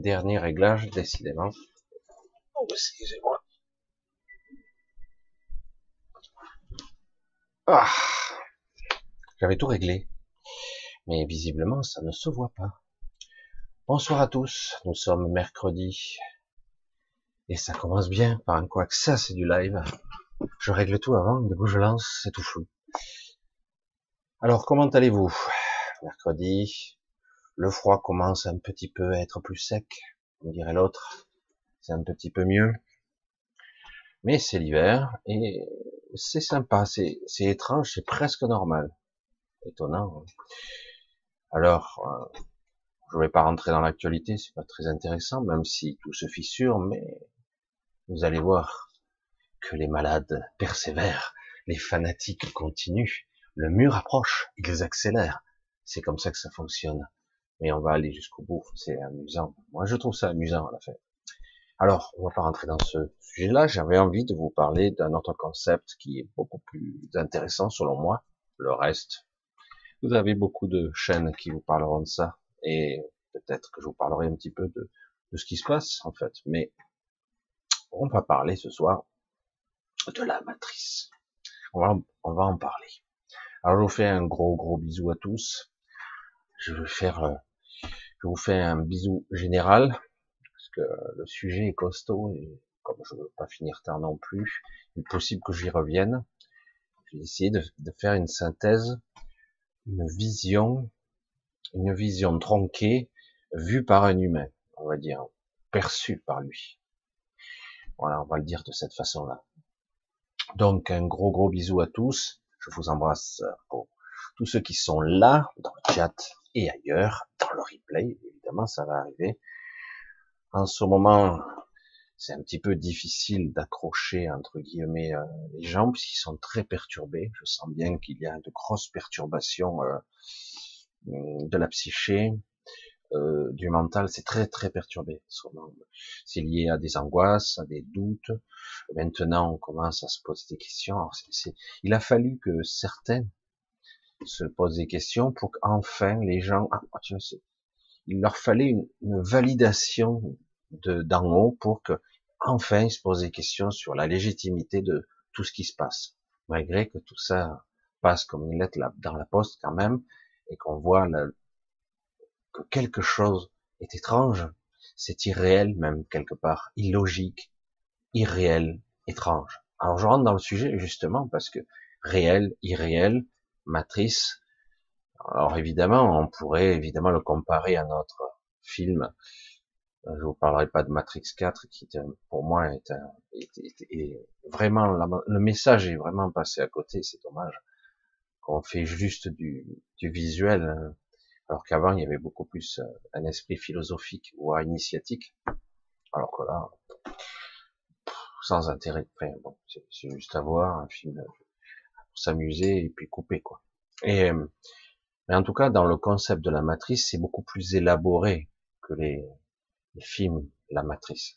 derniers réglages, décidément. Oh, excusez-moi. Ah, j'avais tout réglé, mais visiblement, ça ne se voit pas. Bonsoir à tous, nous sommes mercredi, et ça commence bien par un quoi que ça, c'est du live. Je règle tout avant, du coup je lance, c'est tout flou. Alors, comment allez-vous? Mercredi, le froid commence un petit peu à être plus sec, comme dirait l'autre. C'est un petit peu mieux. Mais c'est l'hiver, et c'est sympa, c'est étrange, c'est presque normal. Étonnant. Alors, je ne vais pas rentrer dans l'actualité, c'est pas très intéressant, même si tout se fissure, mais vous allez voir que les malades persévèrent, les fanatiques continuent, le mur approche, ils accélèrent. C'est comme ça que ça fonctionne. Mais on va aller jusqu'au bout, c'est amusant. Moi, je trouve ça amusant à la fin. Alors, on va pas rentrer dans ce sujet-là. J'avais envie de vous parler d'un autre concept qui est beaucoup plus intéressant selon moi. Le reste, vous avez beaucoup de chaînes qui vous parleront de ça. Et peut-être que je vous parlerai un petit peu de ce qui se passe, en fait. Mais on va parler ce soir de la matrice. On va en parler. Alors, je vous fais un gros bisou à tous. Je vous fais un bisou général, parce que le sujet est costaud, et comme je veux pas finir tard non plus, il est possible que j'y revienne. J'ai essayé de faire une synthèse, une vision tronquée, vue par un humain, on va dire, perçue par lui. Voilà, on va le dire de cette façon-là. Donc, un gros bisou à tous. Je vous embrasse pour tous ceux qui sont là, dans le chat et ailleurs, dans le replay, évidemment, ça va arriver. En ce moment, c'est un petit peu difficile d'accrocher, entre guillemets, les gens, puisqu'ils sont très perturbés. Je sens bien qu'il y a de grosses perturbations de la psyché, du mental, c'est très perturbé. C'est lié à des angoisses, à des doutes. Maintenant, on commence à se poser des questions. Alors, il a fallu que certains se posent des questions pour qu'enfin les gens, il leur fallait une validation d'en haut pour que enfin ils se posent des questions sur la légitimité de tout ce qui se passe, malgré que tout ça passe comme une lettre dans la poste quand même, et qu'on voit que quelque chose est étrange, c'est irréel même quelque part, illogique, irréel, étrange. Alors je rentre dans le sujet justement parce que réel, irréel, matrice. Alors évidemment, on pourrait évidemment le comparer à notre film. Je vous parlerai pas de Matrix 4, qui était, pour moi est vraiment le message est vraiment passé à côté. C'est dommage qu'on fait juste du visuel, hein, alors qu'avant il y avait beaucoup plus un esprit philosophique ou initiatique. Alors que là, sans intérêt. Enfin bon, c'est juste à voir un film pour s'amuser et puis couper quoi. Et mais en tout cas, dans le concept de la matrice, c'est beaucoup plus élaboré que les films La Matrice.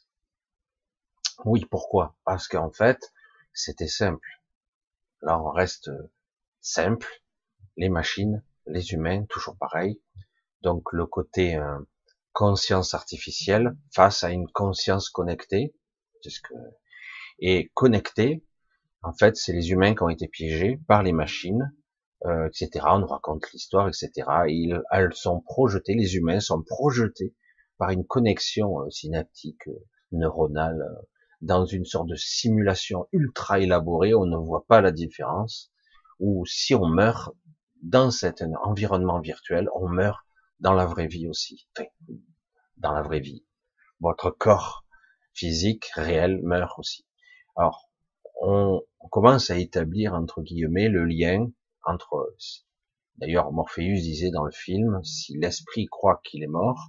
Oui, pourquoi? Parce qu'en fait, c'était simple. Là, on reste simple. Les machines, les humains, toujours pareil. Donc, le côté conscience artificielle face à une conscience connectée. C'est ce que... Et connectée, en fait, c'est les humains qui ont été piégés par les machines, etc. On nous raconte l'histoire, etc. Et elles sont projetées, les humains sont projetés par une connexion synaptique, neuronale, dans une sorte de simulation ultra élaborée, on ne voit pas la différence, ou si on meurt dans cet environnement virtuel, on meurt dans la vraie vie aussi. Enfin, dans la vraie vie. Votre corps physique, réel, meurt aussi. Alors, on commence à établir, entre guillemets, le lien entre, d'ailleurs, Morpheus disait dans le film, si l'esprit croit qu'il est mort,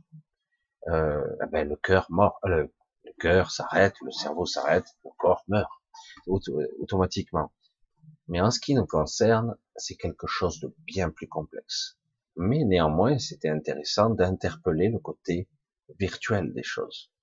ben, le cœur mort, le cœur s'arrête, le cerveau s'arrête, le corps meurt automatiquement. Mais en ce qui nous concerne, c'est quelque chose de bien plus complexe. Mais néanmoins, c'était intéressant d'interpeller le côté virtuel des choses.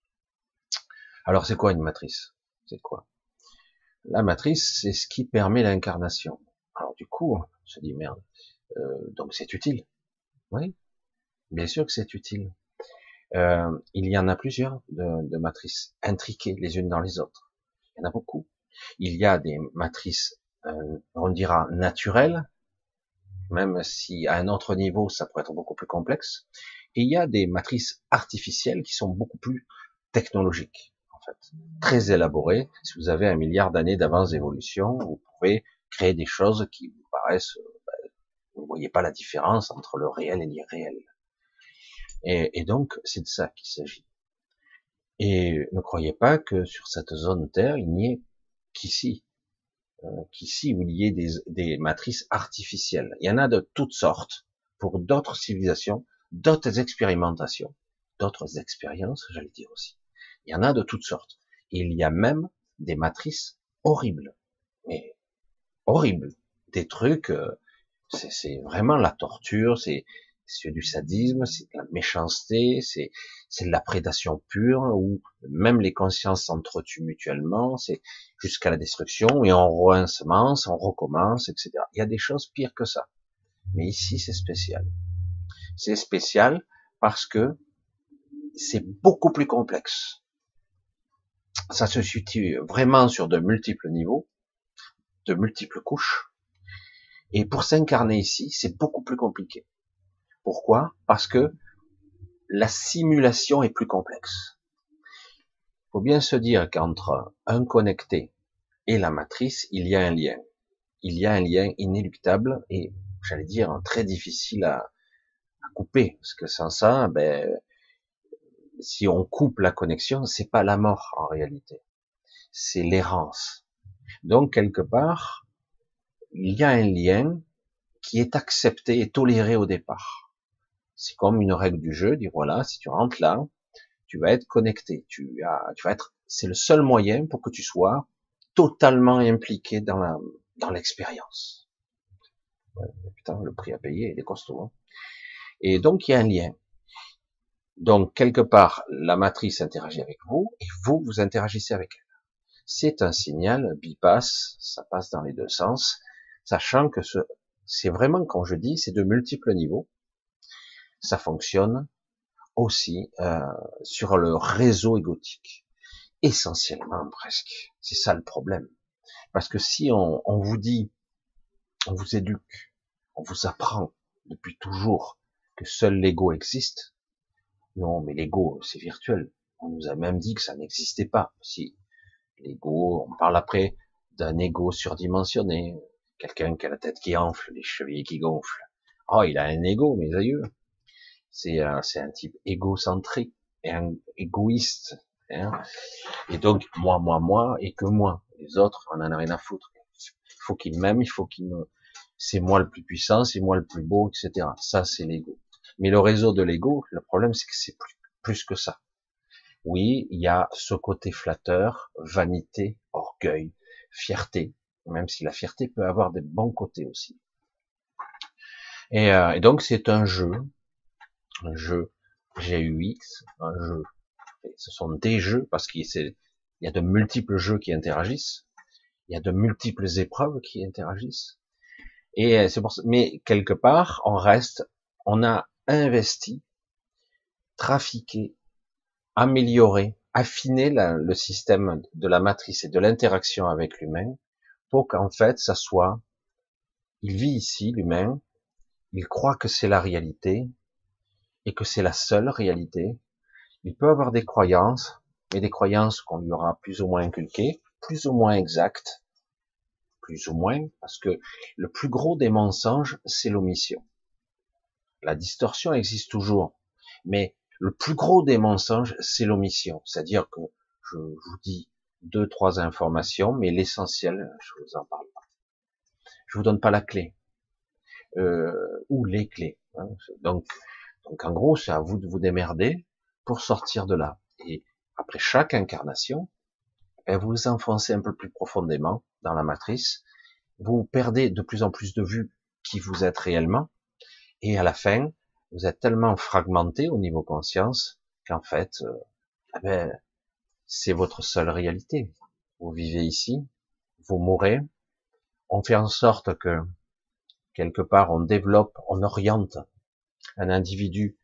Alors, c'est quoi une matrice? C'est quoi? La matrice, c'est ce qui permet l'incarnation. Alors, du coup, on se dit, merde, donc c'est utile. Oui, bien sûr que c'est utile. Il y en a plusieurs de matrices intriquées les unes dans les autres. Il y en a beaucoup. Il y a des matrices, on dira naturelles, même si à un autre niveau ça pourrait être beaucoup plus complexe. Et il y a des matrices artificielles qui sont beaucoup plus technologiques, en fait, très élaborées. Si vous avez 1 milliard d'années d'avance d'évolution, vous pouvez créer des choses qui vous paraissent, vous ne voyez pas la différence entre le réel et l'irréel. Et donc, c'est de ça qu'il s'agit. Et ne croyez pas que sur cette zone Terre, il n'y ait qu'ici, où il y ait des matrices artificielles. Il y en a de toutes sortes, pour d'autres civilisations, d'autres expérimentations, d'autres expériences, j'allais dire aussi. Il y en a de toutes sortes. Et il y a même des matrices horribles, mais horribles. Des trucs, c'est vraiment la torture, c'est du sadisme, c'est de la méchanceté, c'est de la prédation pure, où même les consciences s'entretuent mutuellement, c'est jusqu'à la destruction, et on re-ensemence, on recommence, etc. Il y a des choses pires que ça. Mais ici, c'est spécial. C'est spécial parce que c'est beaucoup plus complexe. Ça se situe vraiment sur de multiples niveaux, de multiples couches, et pour s'incarner ici, c'est beaucoup plus compliqué. Pourquoi? Parce que la simulation est plus complexe. Il faut bien se dire qu'entre un connecté et la matrice, il y a un lien. Il y a un lien inéluctable et, j'allais dire, très difficile à couper. Parce que sans ça, si on coupe la connexion, c'est pas la mort en réalité. C'est l'errance. Donc, quelque part, il y a un lien qui est accepté et toléré au départ. C'est comme une règle du jeu, dire voilà, si tu rentres là, tu vas être connecté, tu vas être, c'est le seul moyen pour que tu sois totalement impliqué dans l'expérience. Ouais, putain, le prix à payer, il est costaud. Hein. Et donc, il y a un lien. Donc, quelque part, la matrice interagit avec vous, et vous interagissez avec elle. C'est un signal bipasse, ça passe dans les deux sens, sachant que c'est vraiment, quand je dis, c'est de multiples niveaux. Ça fonctionne aussi sur le réseau égotique. Essentiellement, presque. C'est ça le problème. Parce que si on vous dit, on vous éduque, on vous apprend depuis toujours que seul l'ego existe, non, mais l'ego, c'est virtuel. On nous a même dit que ça n'existait pas. Si l'ego, on parle après d'un ego surdimensionné, quelqu'un qui a la tête qui enfle, les chevilles qui gonflent. Oh, il a un ego, mes aïeux. C'est un type égocentrique et un égoïste. Hein. Et donc, moi, et que moi. Les autres, on en a rien à foutre. Il faut qu'il m'aime, il faut qu'il me... C'est moi le plus puissant, c'est moi le plus beau, etc. Ça, c'est l'ego. Mais le réseau de l'ego, le problème, c'est que c'est plus que ça. Oui, il y a ce côté flatteur, vanité, orgueil, fierté, même si la fierté peut avoir des bons côtés aussi. Et donc, c'est un jeu GUX, un jeu. Et ce sont des jeux, parce qu'il y a de multiples jeux qui interagissent, il y a de multiples épreuves qui interagissent. Et c'est pour ça, mais quelque part, on a investi, trafiqué, amélioré, affiné le système de la matrice et de l'interaction avec l'humain pour qu'en fait, ça soit, il vit ici, l'humain, il croit que c'est la réalité et que c'est la seule réalité. Il peut avoir des croyances, mais des croyances qu'on lui aura plus ou moins inculquées, plus ou moins exactes, plus ou moins, parce que le plus gros des mensonges, c'est l'omission. La distorsion existe toujours, mais le plus gros des mensonges, c'est l'omission. C'est-à-dire que je vous dis 2, 3 informations, mais l'essentiel, je vous en parle pas. Je vous donne pas la clé, ou les clés. Hein. Donc en gros, c'est à vous de vous démerder pour sortir de là. Et après chaque incarnation, vous vous enfoncez un peu plus profondément dans la matrice, vous perdez de plus en plus de vue qui vous êtes réellement, et à la fin, vous êtes tellement fragmenté au niveau conscience qu'en fait, c'est votre seule réalité. Vous vivez ici, vous mourrez, on fait en sorte que quelque part on développe, on oriente un individu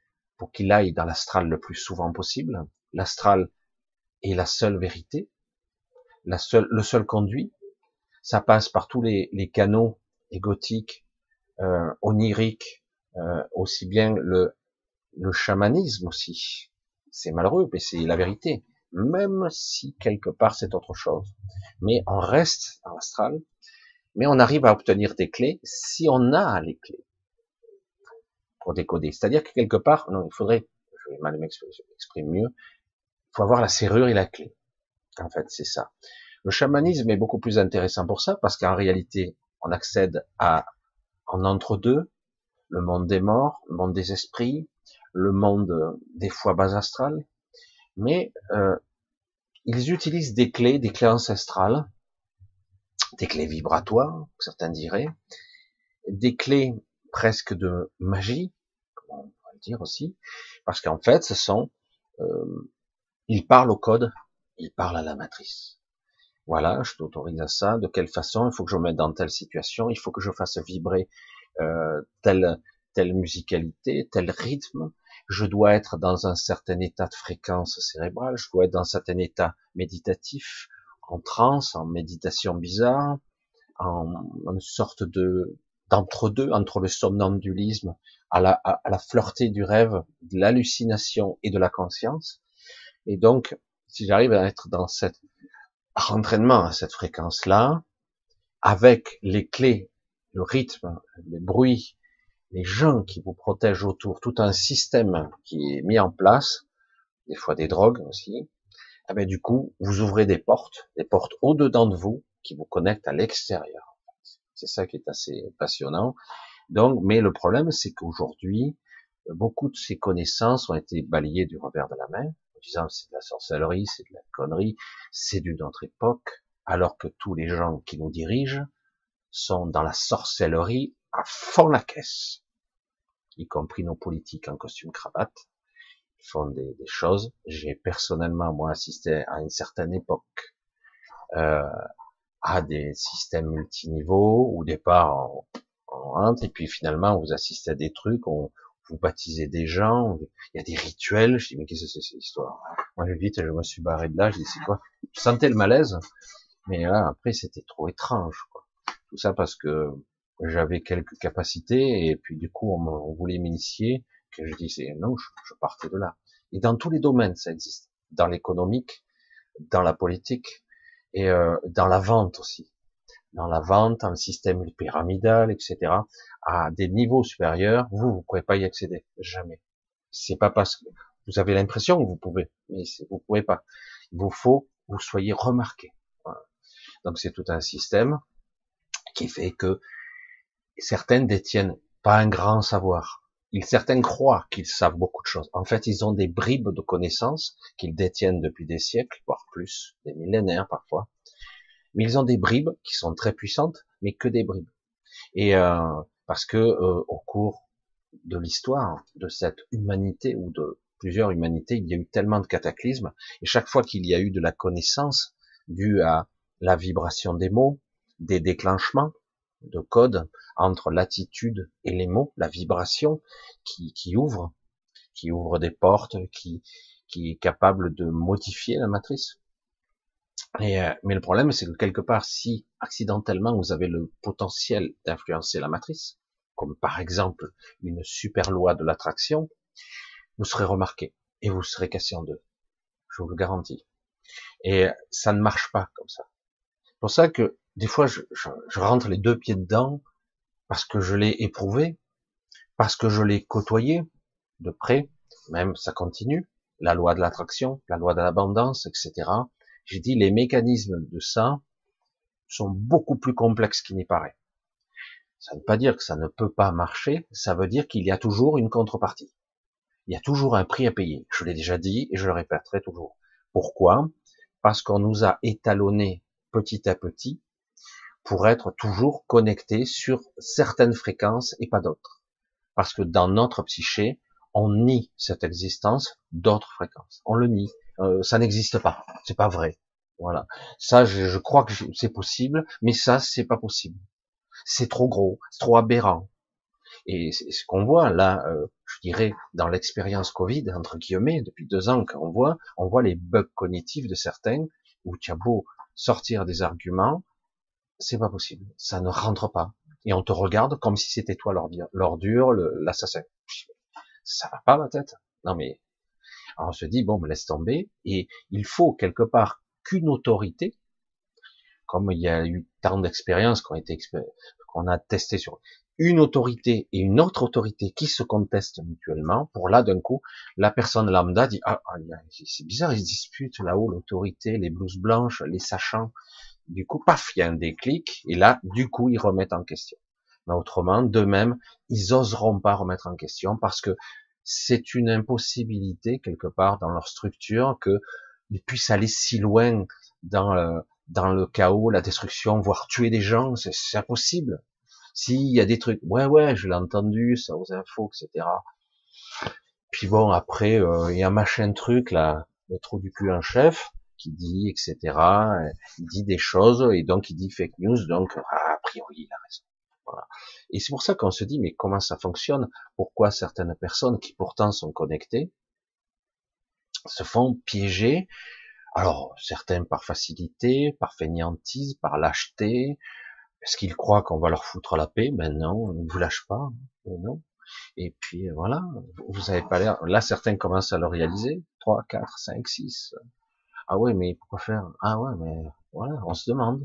pour qu'il aille dans l'astral le plus souvent possible. L'astral est la seule vérité, le seul conduit. Ça passe par tous les canaux égotiques, oniriques, aussi bien le chamanisme aussi. C'est malheureux, mais c'est la vérité. Même si quelque part c'est autre chose. Mais on reste dans l'astral, mais on arrive à obtenir des clés si on a les clés pour décoder. C'est-à-dire que quelque part, non, il faudrait, je vais mal m'exprimer mieux, il faut avoir la serrure et la clé. En fait, c'est ça. Le chamanisme est beaucoup plus intéressant pour ça, parce qu'en réalité, on accède en entre-deux, le monde des morts, le monde des esprits, le monde des fois bas astral, mais ils utilisent des clés ancestrales, des clés vibratoires, certains diraient, des clés presque de magie, comment on pourrait le dire aussi, parce qu'en fait, ils parlent au code, ils parlent à la matrice. Voilà, je t'autorise à ça. De quelle façon? Il faut que je me mette dans telle situation. Il faut que je fasse vibrer telle musicalité, tel rythme. Je dois être dans un certain état de fréquence cérébrale. Je dois être dans un certain état méditatif, en transe, en méditation bizarre, en une sorte d'entre-deux, entre le somnambulisme, à la flirter du rêve, de l'hallucination et de la conscience. Et donc, si j'arrive à être dans cet entraînement à cette fréquence-là, avec les clés, le rythme, les bruits, les gens qui vous protègent autour, tout un système qui est mis en place, des fois des drogues aussi, eh bien, du coup, vous ouvrez des portes au-dedans de vous qui vous connectent à l'extérieur. C'est ça qui est assez passionnant. Donc, mais le problème, c'est qu'aujourd'hui, beaucoup de ces connaissances ont été balayées du revers de la main, en disant c'est de la sorcellerie, c'est de la connerie, c'est d'une autre époque, alors que tous les gens qui nous dirigent sont dans la sorcellerie à fond la caisse, y compris nos politiques en costume cravate. Ils font des choses. J'ai personnellement, moi, assisté à une certaine époque à des systèmes multiniveaux, où au départ on rentre, et puis finalement vous assistez à des trucs, vous baptisez des gens, il y a des rituels. Je dis mais qu'est-ce que c'est cette histoire? Moi vite je me suis barré de là, je dis c'est quoi? Je sentais le malaise, mais là après c'était trop étrange, quoi. Tout ça parce que j'avais quelques capacités, et puis du coup on voulait m'initier, que je disais non, je partais de là. Et dans tous les domaines ça existe, dans l'économique, dans la politique, et dans la vente aussi. Dans la vente, dans le système pyramidal, etc., à des niveaux supérieurs, vous pouvez pas y accéder. Jamais. C'est pas parce que vous avez l'impression que vous pouvez, mais vous pouvez pas. Il vous faut que vous soyez remarqué. Voilà. Donc c'est tout un système qui fait que certains détiennent pas un grand savoir. Certains croient qu'ils savent beaucoup de choses. En fait, ils ont des bribes de connaissances qu'ils détiennent depuis des siècles, voire plus, des millénaires parfois. Mais ils ont des bribes qui sont très puissantes, mais que des bribes. Et parce que au cours de l'histoire de cette humanité, ou de plusieurs humanités, il y a eu tellement de cataclysmes, et chaque fois qu'il y a eu de la connaissance due à la vibration des mots, des déclenchements de codes entre l'attitude et les mots, la vibration qui ouvre des portes, qui est capable de modifier la matrice. Mais le problème, c'est que quelque part, si accidentellement vous avez le potentiel d'influencer la matrice, comme par exemple une super loi de l'attraction, vous serez remarqué et vous serez cassé en deux. Je vous le garantis. Et ça ne marche pas comme ça. C'est pour ça que des fois, je rentre les deux pieds dedans, parce que je l'ai éprouvé, parce que je l'ai côtoyé de près, même ça continue, la loi de l'attraction, la loi de l'abondance, etc. J'ai dit, les mécanismes de ça sont beaucoup plus complexes qu'il n'y paraît. Ça ne veut pas dire que ça ne peut pas marcher, ça veut dire qu'il y a toujours une contrepartie. Il y a toujours un prix à payer. Je l'ai déjà dit et je le répéterai toujours. Pourquoi? Parce qu'on nous a étalonné petit à petit pour être toujours connectés sur certaines fréquences et pas d'autres. Parce que dans notre psyché, on nie cette existence d'autres fréquences. On le nie. Ça n'existe pas. C'est pas vrai. Voilà. Ça, je crois que c'est possible, mais ça, c'est pas possible. C'est trop gros, c'est trop aberrant. Et c'est ce qu'on voit là, je dirais, dans l'expérience Covid, entre guillemets, depuis 2 ans on voit les bugs cognitifs de certains, où tu as beau sortir des arguments, c'est pas possible, ça ne rentre pas. Et on te regarde comme si c'était toi l'ordure, l'assassin. Ça va pas ma tête. Non mais, alors on se dit, bon, laisse tomber, et il faut quelque part qu'une autorité, comme il y a eu tant d'expériences qu'on a testé sur une autorité et une autre autorité qui se contestent mutuellement, pour là, d'un coup, la personne lambda dit, c'est bizarre, ils se disputent là-haut, l'autorité, les blouses blanches, les sachants. Du coup, paf, il y a un déclic, et là, du coup, ils remettent en question. Mais autrement, d'eux-mêmes, ils oseront pas remettre en question parce que c'est une impossibilité quelque part dans leur structure qu'ils puissent aller si loin dans le chaos, la destruction, voire tuer des gens, c'est impossible. S'il y a des trucs, ouais, je l'ai entendu, ça aux infos, etc. Puis bon, après, il y a un machin truc, là, le trou du cul, un chef, qui dit, etc. Il dit des choses, et donc il dit fake news, donc, a priori, il a raison. Voilà. Et c'est pour ça qu'on se dit, mais comment ça fonctionne? Pourquoi certaines personnes qui pourtant sont connectées se font piéger? Alors, certains par facilité, par fainéantise, par lâcheté, parce qu'ils croient qu'on va leur foutre la paix. Ben non, on ne vous lâche pas. Non. Et puis voilà, vous avez pas l'air. Là, certains commencent à le réaliser. 3, 4, 5, 6. Ah ouais, mais pourquoi faire? Ah ouais, mais voilà, on se demande.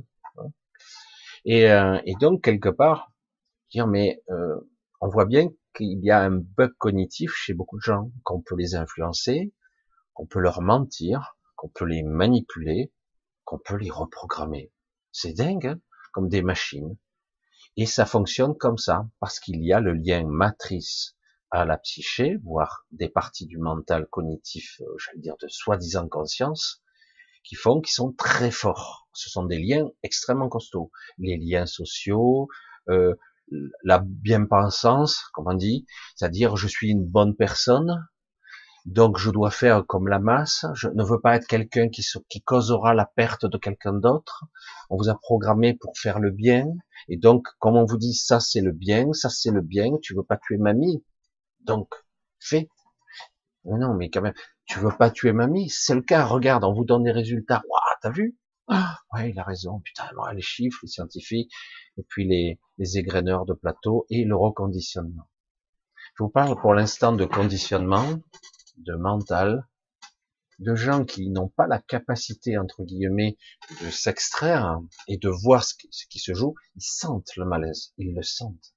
Et donc quelque part, dire mais on voit bien qu'il y a un bug cognitif chez beaucoup de gens, qu'on peut les influencer, qu'on peut leur mentir, qu'on peut les manipuler, qu'on peut les reprogrammer. C'est dingue, hein, comme des machines. Et ça fonctionne comme ça, parce qu'il y a le lien matrice à la psyché, voire des parties du mental cognitif, j'allais dire de soi-disant conscience, qui sont très forts. Ce sont des liens extrêmement costauds. Les liens sociaux, euh, la bien-pensance, comme on dit, c'est-à-dire je suis une bonne personne, donc je dois faire comme la masse, je ne veux pas être quelqu'un qui causera la perte de quelqu'un d'autre. On vous a programmé pour faire le bien, et donc comme on vous dit ça c'est le bien, ça c'est le bien, tu veux pas tuer mamie, donc fais. Mais non, mais quand même, tu veux pas tuer mamie, c'est le cas, regarde, on vous donne des résultats, waouh, t'as vu? Ah, ouais, il a raison, putain, ouais, les chiffres, les scientifiques, et puis les égreneurs de plateau et le reconditionnement. Je vous parle pour l'instant de conditionnement, de mental, de gens qui n'ont pas la capacité, entre guillemets, de s'extraire et de voir ce qui se joue. Ils sentent le malaise, ils le sentent.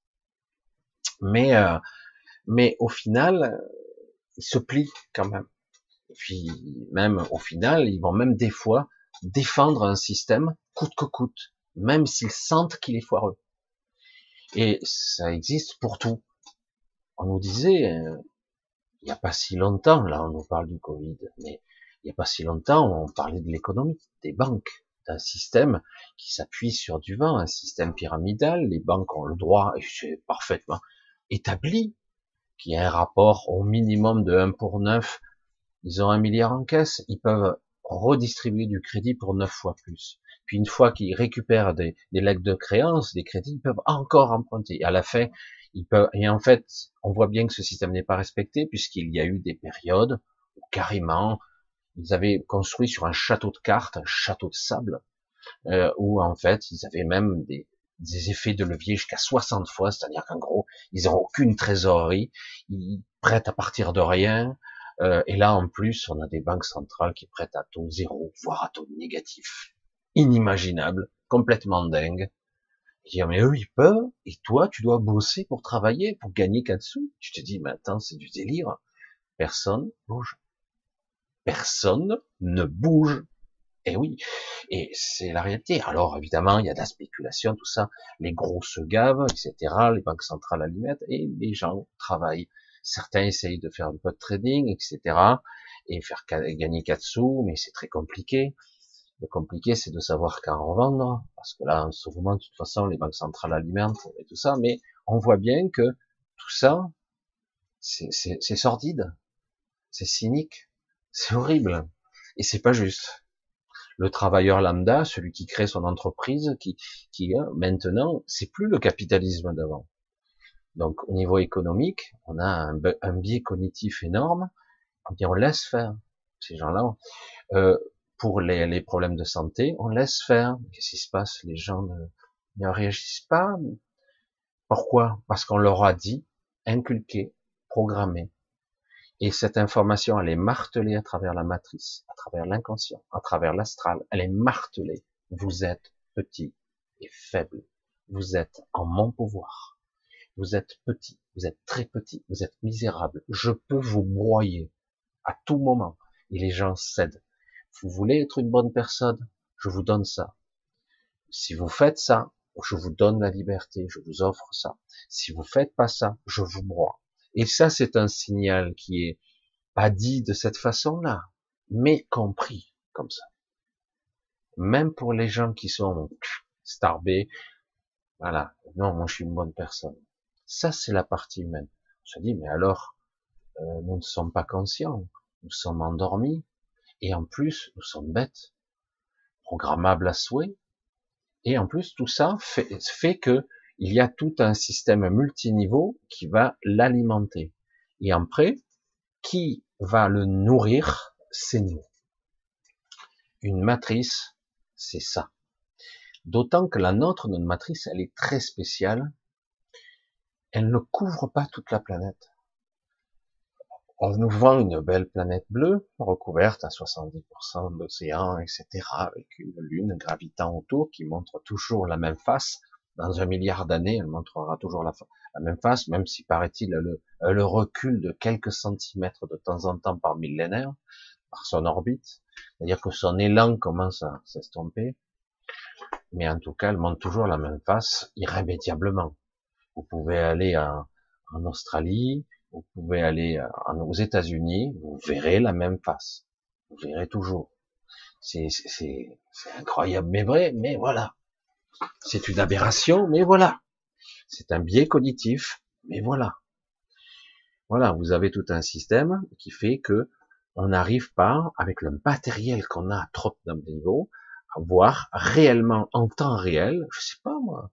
Mais, euh, mais au final, ils se plient quand même. Et puis, même au final, ils vont même des fois défendre un système coûte que coûte, même s'ils sentent qu'il est foireux. Et ça existe pour tout. On nous disait, il n'y a pas si longtemps, là on nous parle du Covid, mais il n'y a pas si longtemps, on parlait de l'économie, des banques, d'un système qui s'appuie sur du vent, un système pyramidal, les banques ont le droit, et c'est parfaitement établi, qu'il y a un rapport au minimum de 1 pour 9, ils ont 1 milliard en caisse, ils peuvent redistribuer du crédit pour 9 fois plus. Puis une fois qu'ils récupèrent des legs de créances, des crédits, ils peuvent encore emprunter. Et à la fin, ils peuvent, et en fait, on voit bien que ce système n'est pas respecté puisqu'il y a eu des périodes où carrément, ils avaient construit sur un château de cartes, un château de sable, où en fait, ils avaient même des effets de levier jusqu'à 60 fois, c'est-à-dire qu'en gros, ils n'ont aucune trésorerie, ils prêtent à partir de rien, et là, en plus, on a des banques centrales qui prêtent à taux zéro, voire à taux négatif. Inimaginable, complètement dingue. Dire, mais eux, ils peuvent, et toi, tu dois bosser pour travailler, pour gagner 4 sous. Tu te dis, mais attends, c'est du délire. Personne bouge. Personne ne bouge. Et oui, et c'est la réalité. Alors, évidemment, il y a de la spéculation, tout ça. Les gros se gavent, etc. Les banques centrales alimentent, et les gens travaillent. Certains essayent de faire un peu de trading, etc. et faire gagner 4 sous, mais c'est très compliqué. Le compliqué, c'est de savoir quand revendre, parce que là, en ce moment, de toute façon, les banques centrales alimentent et tout ça, mais on voit bien que tout ça, c'est sordide, c'est cynique, c'est horrible, et c'est pas juste. Le travailleur lambda, celui qui crée son entreprise, qui maintenant, c'est plus le capitalisme d'avant. Donc, au niveau économique, on a un biais cognitif énorme. On dit, on laisse faire ces gens-là. Euh, pour les problèmes de santé, on laisse faire. Qu'est-ce qui se passe? Les gens ne réagissent pas. Pourquoi? Parce qu'on leur a dit, inculqué, programmé. Et cette information, elle est martelée à travers la matrice, à travers l'inconscient, à travers l'astral. Elle est martelée. Vous êtes petit et faible. Vous êtes en mon pouvoir. Vous êtes petit. Vous êtes très petit. Vous êtes misérable. Je peux vous broyer à tout moment. Et les gens cèdent. Vous voulez être une bonne personne? Je vous donne ça. Si vous faites ça, je vous donne la liberté. Je vous offre ça. Si vous faites pas ça, je vous broie. Et ça, c'est un signal qui est pas dit de cette façon-là, mais compris comme ça. Même pour les gens qui sont starbés, voilà, non, moi je suis une bonne personne. Ça, c'est la partie humaine. On se dit, mais alors, nous ne sommes pas conscients, nous sommes endormis, et en plus, nous sommes bêtes, programmables à souhait, et en plus, tout ça fait que il y a tout un système multiniveau qui va l'alimenter. Et après, qui va le nourrir? C'est nous. Une matrice, c'est ça. D'autant que la nôtre, notre matrice, elle est très spéciale. Elle ne couvre pas toute la planète. On nous vend une belle planète bleue, recouverte à 70% d'océan, etc., avec une lune gravitant autour qui montre toujours la même face. Dans 1 milliard d'années, elle montrera toujours la même face, même si, paraît-il, elle recule de quelques centimètres de temps en temps par millénaire, par son orbite. C'est-à-dire que son élan commence à s'estomper. Mais en tout cas, elle montre toujours la même face, irrémédiablement. Vous pouvez aller en Australie, vous pouvez aller aux États-Unis, vous verrez la même face. Vous verrez toujours. C'est incroyable, mais vrai, mais voilà. C'est une aberration, mais voilà. C'est un biais cognitif, mais voilà. Voilà, vous avez tout un système qui fait que on n'arrive pas, avec le matériel qu'on a à trop de niveau, à voir réellement en temps réel, je sais pas moi,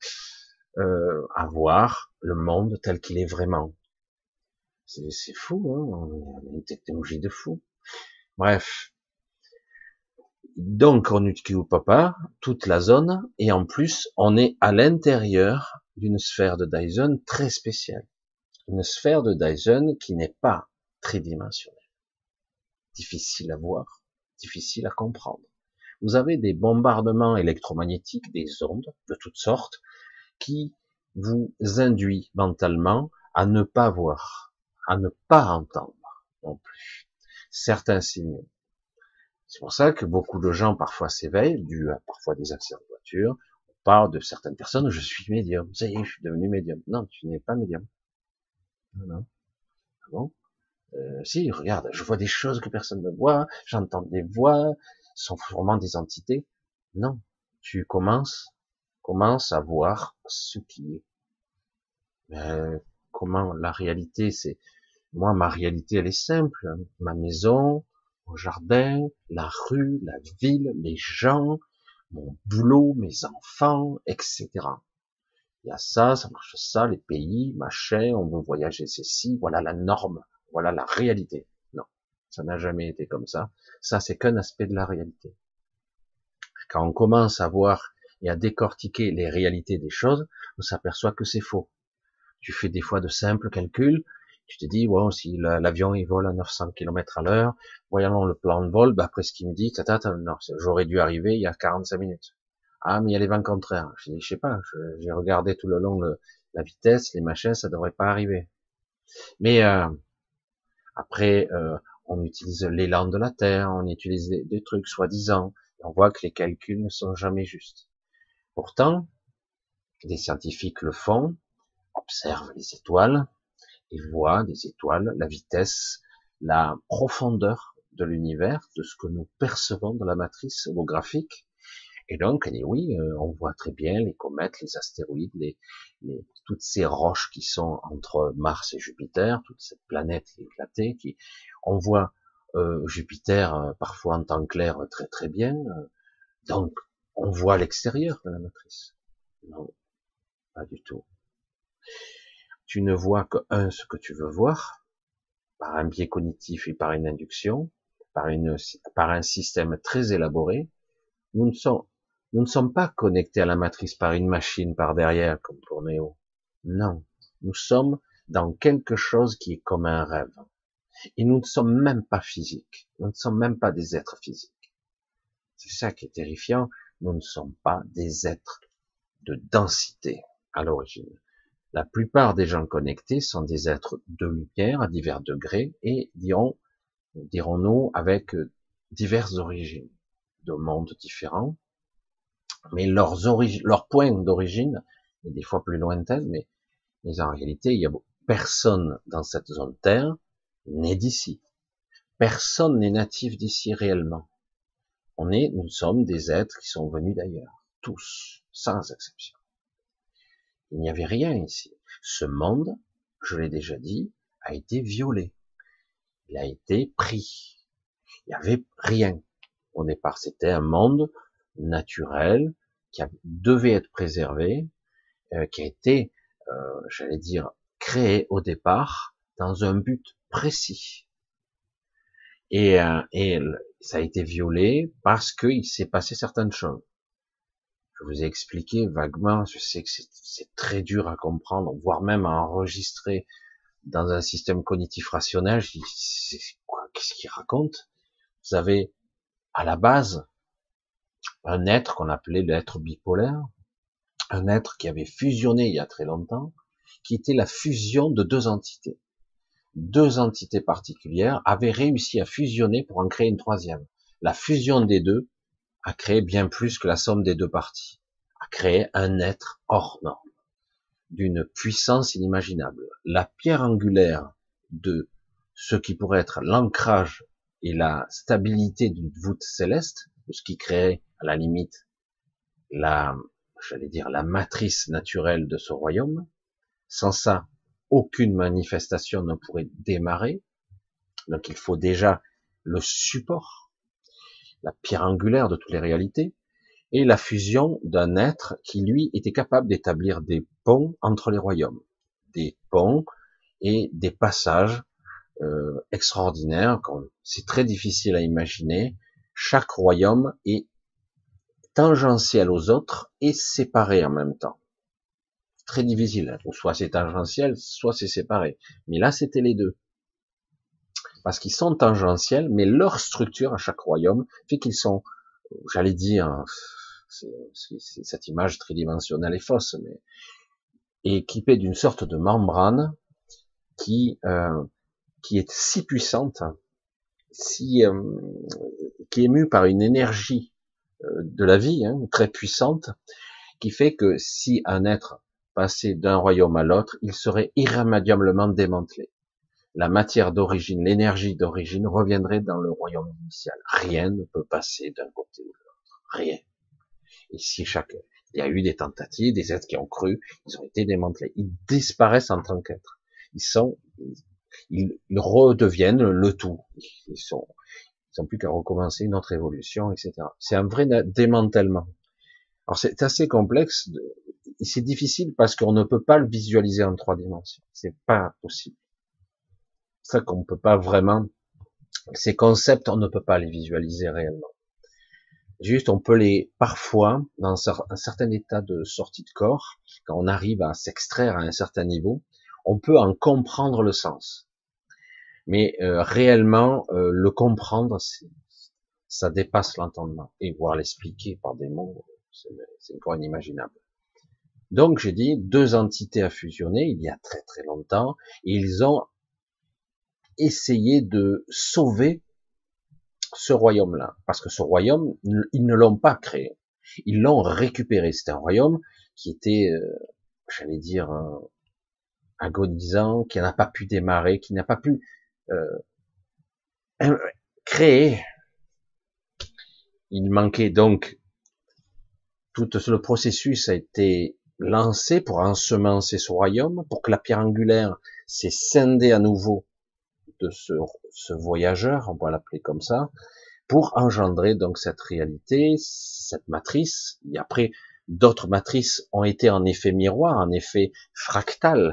à voir le monde tel qu'il est vraiment. C'est fou, hein, on a une technologie de fou. Bref. Donc, on n'utilise pas toute la zone, et en plus, on est à l'intérieur d'une sphère de Dyson très spéciale. Une sphère de Dyson qui n'est pas tridimensionnelle. Difficile à voir, difficile à comprendre. Vous avez des bombardements électromagnétiques, des ondes de toutes sortes, qui vous induisent mentalement à ne pas voir, à ne pas entendre non plus certains signaux. C'est pour ça que beaucoup de gens parfois s'éveillent, dû à parfois des accidents de voiture. On parle de certaines personnes, je suis médium, ça y est, je suis devenu médium. Non, tu n'es pas médium. Non, non. Ah bon? Si, regarde, je vois des choses que personne ne voit, j'entends des voix, sont vraiment des entités. Non, tu commences à voir ce qui est. Comment la réalité, c'est moi, ma réalité, elle est simple. Ma maison, mon jardin, la rue, la ville, les gens, mon boulot, mes enfants, etc. Il y a ça marche ça, les pays, machin, on veut voyager, c'est ci, voilà la norme, voilà la réalité. Non, ça n'a jamais été comme ça. Ça, c'est qu'un aspect de la réalité. Quand on commence à voir et à décortiquer les réalités des choses, on s'aperçoit que c'est faux. Tu fais des fois de simples calculs, tu te dis, bon, si l'avion il vole à 900 km à l'heure, voyons le plan de vol, bah, après ce qu'il me dit, non, j'aurais dû arriver il y a 45 minutes. Ah, mais il y a les vents contraires. Je dis, je sais pas, j'ai regardé tout le long la vitesse, les machins, ça devrait pas arriver. Mais après, on utilise l'élan de la Terre, on utilise des trucs soi-disant, et on voit que les calculs ne sont jamais justes. Pourtant, des scientifiques le font, observent les étoiles, et voient des étoiles, la vitesse, la profondeur de l'univers, de ce que nous percevons dans la matrice holographique. Et donc, elle dit oui, on voit très bien les comètes, les astéroïdes, toutes ces roches qui sont entre Mars et Jupiter, toute cette planète éclatée, on voit Jupiter parfois en temps clair très très bien. Donc, on voit l'extérieur de la matrice. Non, pas du tout. tu ne vois que ce que tu veux voir, par un biais cognitif et par une induction, par un système très élaboré. Nous ne sommes pas connectés à la matrice par une machine par derrière, comme pour Néo. Non. Nous sommes dans quelque chose qui est comme un rêve. Et nous ne sommes même pas physiques. Nous ne sommes même pas des êtres physiques. C'est ça qui est terrifiant. Nous ne sommes pas des êtres de densité à l'origine. La plupart des gens connectés sont des êtres de lumière à divers degrés et dirons-nous avec diverses origines, de mondes différents, mais leur point d'origine est des fois plus lointain, mais en réalité, il y a personne dans cette zone Terre n'est d'ici. Personne n'est natif d'ici réellement. Nous sommes des êtres qui sont venus d'ailleurs. Tous, sans exception. Il n'y avait rien ici. Ce monde, je l'ai déjà dit, a été violé. Il a été pris. Il n'y avait rien. Au départ, c'était un monde naturel qui devait être préservé, qui a été, j'allais dire, créé au départ dans un but précis. Et ça a été violé parce qu'il s'est passé certaines choses. Je vous ai expliqué vaguement, je sais que c'est très dur à comprendre, voire même à enregistrer dans un système cognitif rationnel. Je dis, qu'est-ce qu'il raconte? Vous avez, à la base, un être qu'on appelait l'être bipolaire, un être qui avait fusionné il y a très longtemps, qui était la fusion de deux entités. Deux entités particulières avaient réussi à fusionner pour en créer une troisième. La fusion des deux a créé bien plus que la somme des deux parties, a créé un être hors norme, d'une puissance inimaginable. La pierre angulaire de ce qui pourrait être l'ancrage et la stabilité d'une voûte céleste, de ce qui créait à la limite la matrice naturelle de ce royaume. Sans ça, aucune manifestation ne pourrait démarrer. Donc il faut déjà le support, la pierre angulaire de toutes les réalités, et la fusion d'un être qui, lui, était capable d'établir des ponts entre les royaumes. Des ponts et des passages extraordinaires. C'est très difficile à imaginer. Chaque royaume est tangentiel aux autres et séparé en même temps. Très difficile. Ou soit c'est tangentiel, soit c'est séparé. Mais là, c'était les deux. Parce qu'ils sont tangentiels, mais leur structure à chaque royaume fait qu'ils sont, j'allais dire, cette image tridimensionnelle est fausse, mais équipés d'une sorte de membrane qui est si puissante, qui est mue par une énergie de la vie, très puissante, qui fait que si un être passait d'un royaume à l'autre, il serait irrémédiablement démantelé. La matière d'origine, l'énergie d'origine reviendrait dans le royaume initial. Rien ne peut passer d'un côté ou de l'autre. Rien. Et si il y a eu des tentatives, des êtres qui ont cru, ils ont été démantelés. Ils disparaissent en tant qu'êtres. Ils redeviennent le tout. Ils ont plus qu'à recommencer une autre évolution, etc. C'est un vrai démantèlement. Alors c'est assez complexe, et c'est difficile parce qu'on ne peut pas le visualiser en 3 dimensions. C'est pas possible. C'est ça qu'on ne peut pas vraiment, ces concepts, on ne peut pas les visualiser réellement. Juste, on peut parfois, dans un certain état de sortie de corps, quand on arrive à s'extraire à un certain niveau, on peut en comprendre le sens. Mais réellement, le comprendre, ça dépasse l'entendement. Et voir l'expliquer par des mots, c'est encore inimaginable. Donc, j'ai dit, 2 entités à fusionner, il y a très très longtemps, et ils ont essayé de sauver ce royaume-là. Parce que ce royaume, ils ne l'ont pas créé. Ils l'ont récupéré. C'était un royaume qui était, j'allais dire, agonisant, qui n'a pas pu démarrer, qui n'a pas pu créer. Il manquait donc, tout le processus a été lancé pour ensemencer ce royaume, pour que la pierre angulaire s'est scindée à nouveau de ce voyageur, on va l'appeler comme ça, pour engendrer donc cette réalité, cette matrice. Et après, d'autres matrices ont été en effet miroir, en effet fractal,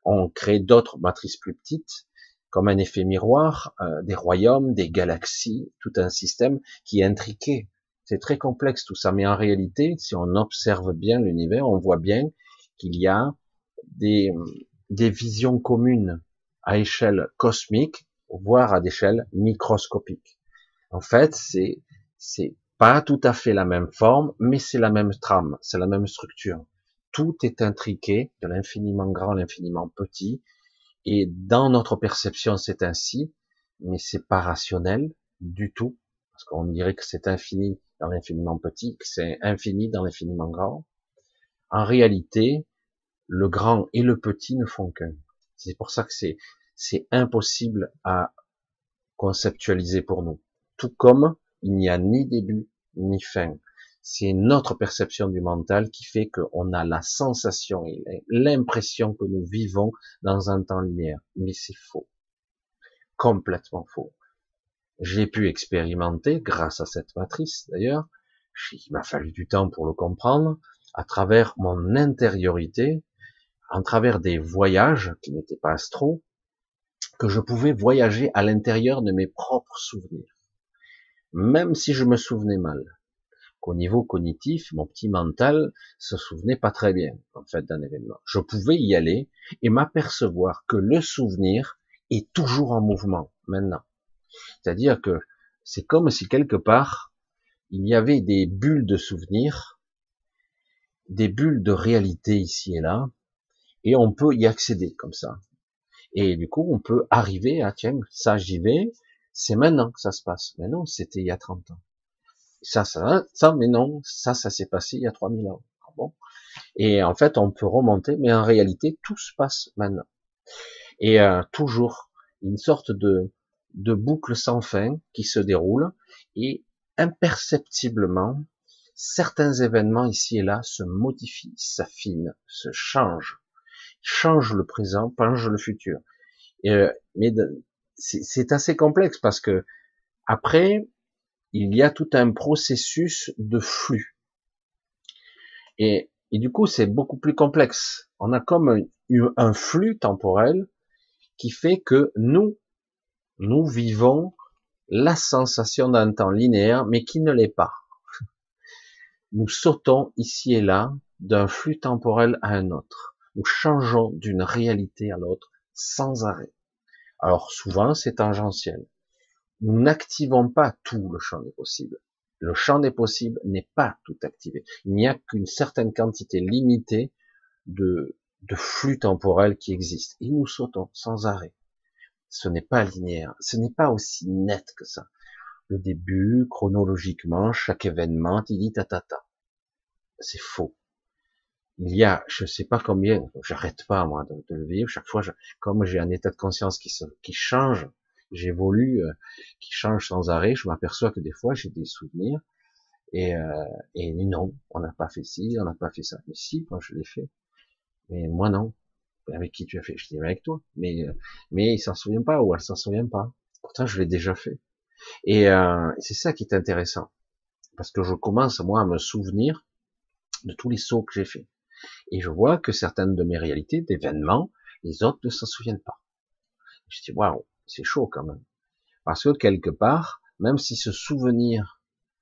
on crée d'autres matrices plus petites, comme un effet miroir, des royaumes, des galaxies, tout un système qui est intriqué. C'est très complexe tout ça, mais en réalité, si on observe bien l'univers, on voit bien qu'il y a des, des visions communes à échelle cosmique, voire à d'échelle microscopique. En fait, c'est pas tout à fait la même forme, mais c'est la même trame, c'est la même structure. Tout est intriqué, de l'infiniment grand à l'infiniment petit, et dans notre perception, c'est ainsi, mais c'est pas rationnel du tout, parce qu'on dirait que c'est infini dans l'infiniment petit, que c'est infini dans l'infiniment grand. En réalité, le grand et le petit ne font qu'un. C'est pour ça que c'est impossible à conceptualiser pour nous. Tout comme il n'y a ni début ni fin. C'est notre perception du mental qui fait qu'on a la sensation et l'impression que nous vivons dans un temps linéaire. Mais c'est faux. Complètement faux. J'ai pu expérimenter, grâce à cette matrice d'ailleurs, il m'a fallu du temps pour le comprendre, à travers mon intériorité, à travers des voyages qui n'étaient pas astraux, que je pouvais voyager à l'intérieur de mes propres souvenirs. Même si je me souvenais mal. Qu'au niveau cognitif, mon petit mental se souvenait pas très bien, en fait, d'un événement. Je pouvais y aller et m'apercevoir que le souvenir est toujours en mouvement, maintenant. C'est-à-dire que c'est comme si quelque part, il y avait des bulles de souvenirs, des bulles de réalité ici et là, et on peut y accéder comme ça. Et du coup, on peut arriver à, tiens, ça j'y vais, c'est maintenant que ça se passe. Mais non, c'était il y a 30 ans. Ça, mais non, ça s'est passé il y a 3000 ans. Ah bon. Et en fait, on peut remonter, mais en réalité, tout se passe maintenant. Et toujours une sorte de boucle sans fin qui se déroule, et imperceptiblement, certains événements ici et là se modifient, s'affinent, se changent le présent, changent le futur. Mais c'est assez complexe parce que après, il y a tout un processus de flux. Et du coup, c'est beaucoup plus complexe. On a comme un flux temporel qui fait que nous vivons la sensation d'un temps linéaire, mais qui ne l'est pas. Nous sautons ici et là d'un flux temporel à un autre. Nous changeons d'une réalité à l'autre sans arrêt. Alors souvent, c'est tangentiel. Nous n'activons pas tout le champ des possibles. Le champ des possibles n'est pas tout activé. Il n'y a qu'une certaine quantité limitée de flux temporels qui existent. Et nous sautons sans arrêt. Ce n'est pas linéaire. Ce n'est pas aussi net que ça. Le début, chronologiquement, chaque événement, tidi tatata. C'est faux. Il y a, je sais pas combien, j'arrête pas, moi, de le vivre. Chaque fois, comme j'ai un état de conscience qui change, j'évolue, qui change sans arrêt, je m'aperçois que des fois, j'ai des souvenirs, et, non, on n'a pas fait ci, on n'a pas fait ça. Mais si, moi, je l'ai fait. Mais moi, non. Avec qui tu as fait? Je dis, avec toi. Mais il s'en souvient pas, ou elle s'en souvient pas. Pourtant, je l'ai déjà fait. Et c'est ça qui est intéressant. Parce que je commence, moi, à me souvenir de tous les sauts que j'ai faits. Et je vois que certaines de mes réalités, d'événements, les autres ne s'en souviennent pas. Je dis, waouh, c'est chaud quand même. Parce que quelque part, même si ce souvenir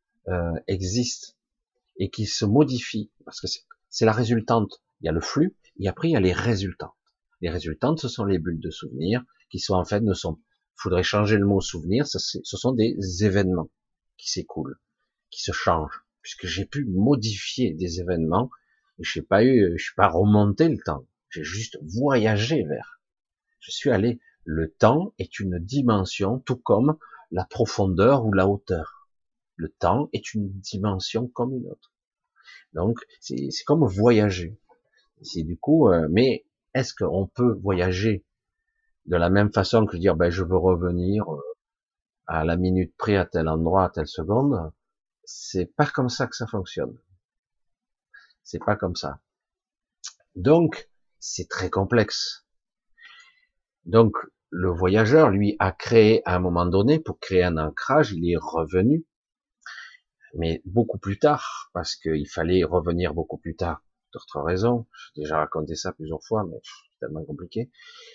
existe et qu'il se modifie, parce que c'est la résultante, il y a le flux, et après il y a les résultantes. Les résultantes, ce sont les bulles de souvenirs, qui sont en fait, faudrait changer le mot souvenir, ce sont des événements qui s'écoulent, qui se changent, puisque j'ai pu modifier des événements, et je suis pas remonté le temps, j'ai juste voyagé vers. Je suis allé, le temps est une dimension, tout comme la profondeur ou la hauteur. Le temps est une dimension comme une autre. Donc, c'est comme voyager. C'est du coup, mais est-ce qu'on peut voyager de la même façon que dire, ben, je veux revenir à la minute près, à tel endroit, à telle seconde? C'est pas comme ça que ça fonctionne. C'est pas comme ça. Donc, c'est très complexe. Donc, le voyageur, lui, a créé à un moment donné, pour créer un ancrage, il est revenu, mais beaucoup plus tard, parce qu'il fallait revenir beaucoup plus tard, d'autres raisons. J'ai déjà raconté ça plusieurs fois, mais tellement compliqué.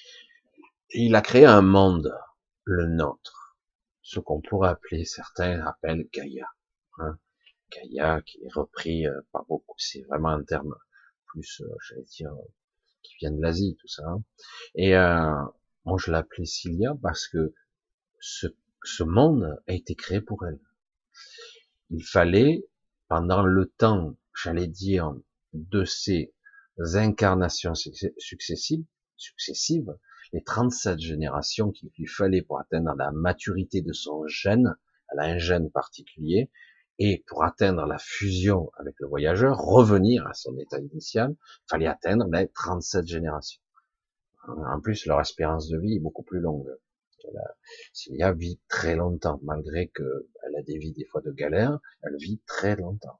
Et il a créé un monde, le nôtre, ce qu'on pourrait appeler, certains appellent Gaïa. Hein. Gaïa, qui est repris par beaucoup, c'est vraiment un terme plus, j'allais dire, qui vient de l'Asie, tout ça. Hein. Et moi, je l'appelais Cilia parce que ce monde a été créé pour elle. Il fallait, pendant le temps, j'allais dire, de ces incarnations successives, les 37 générations qu'il lui fallait pour atteindre la maturité de son gène, elle a un gène particulier, et pour atteindre la fusion avec le voyageur, revenir à son état initial, il fallait atteindre les 37 générations. En plus, leur espérance de vie est beaucoup plus longue. Cilia vit très longtemps, malgré qu'elle a des vies des fois de galère, elle vit très longtemps.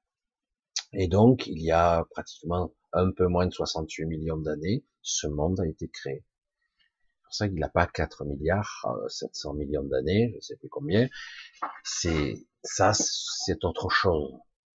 Et donc, il y a pratiquement un peu moins de 68 millions d'années, ce monde a été créé. C'est pour ça qu'il n'a pas 4 milliards, 700 millions d'années, je ne sais plus combien. C'est autre chose.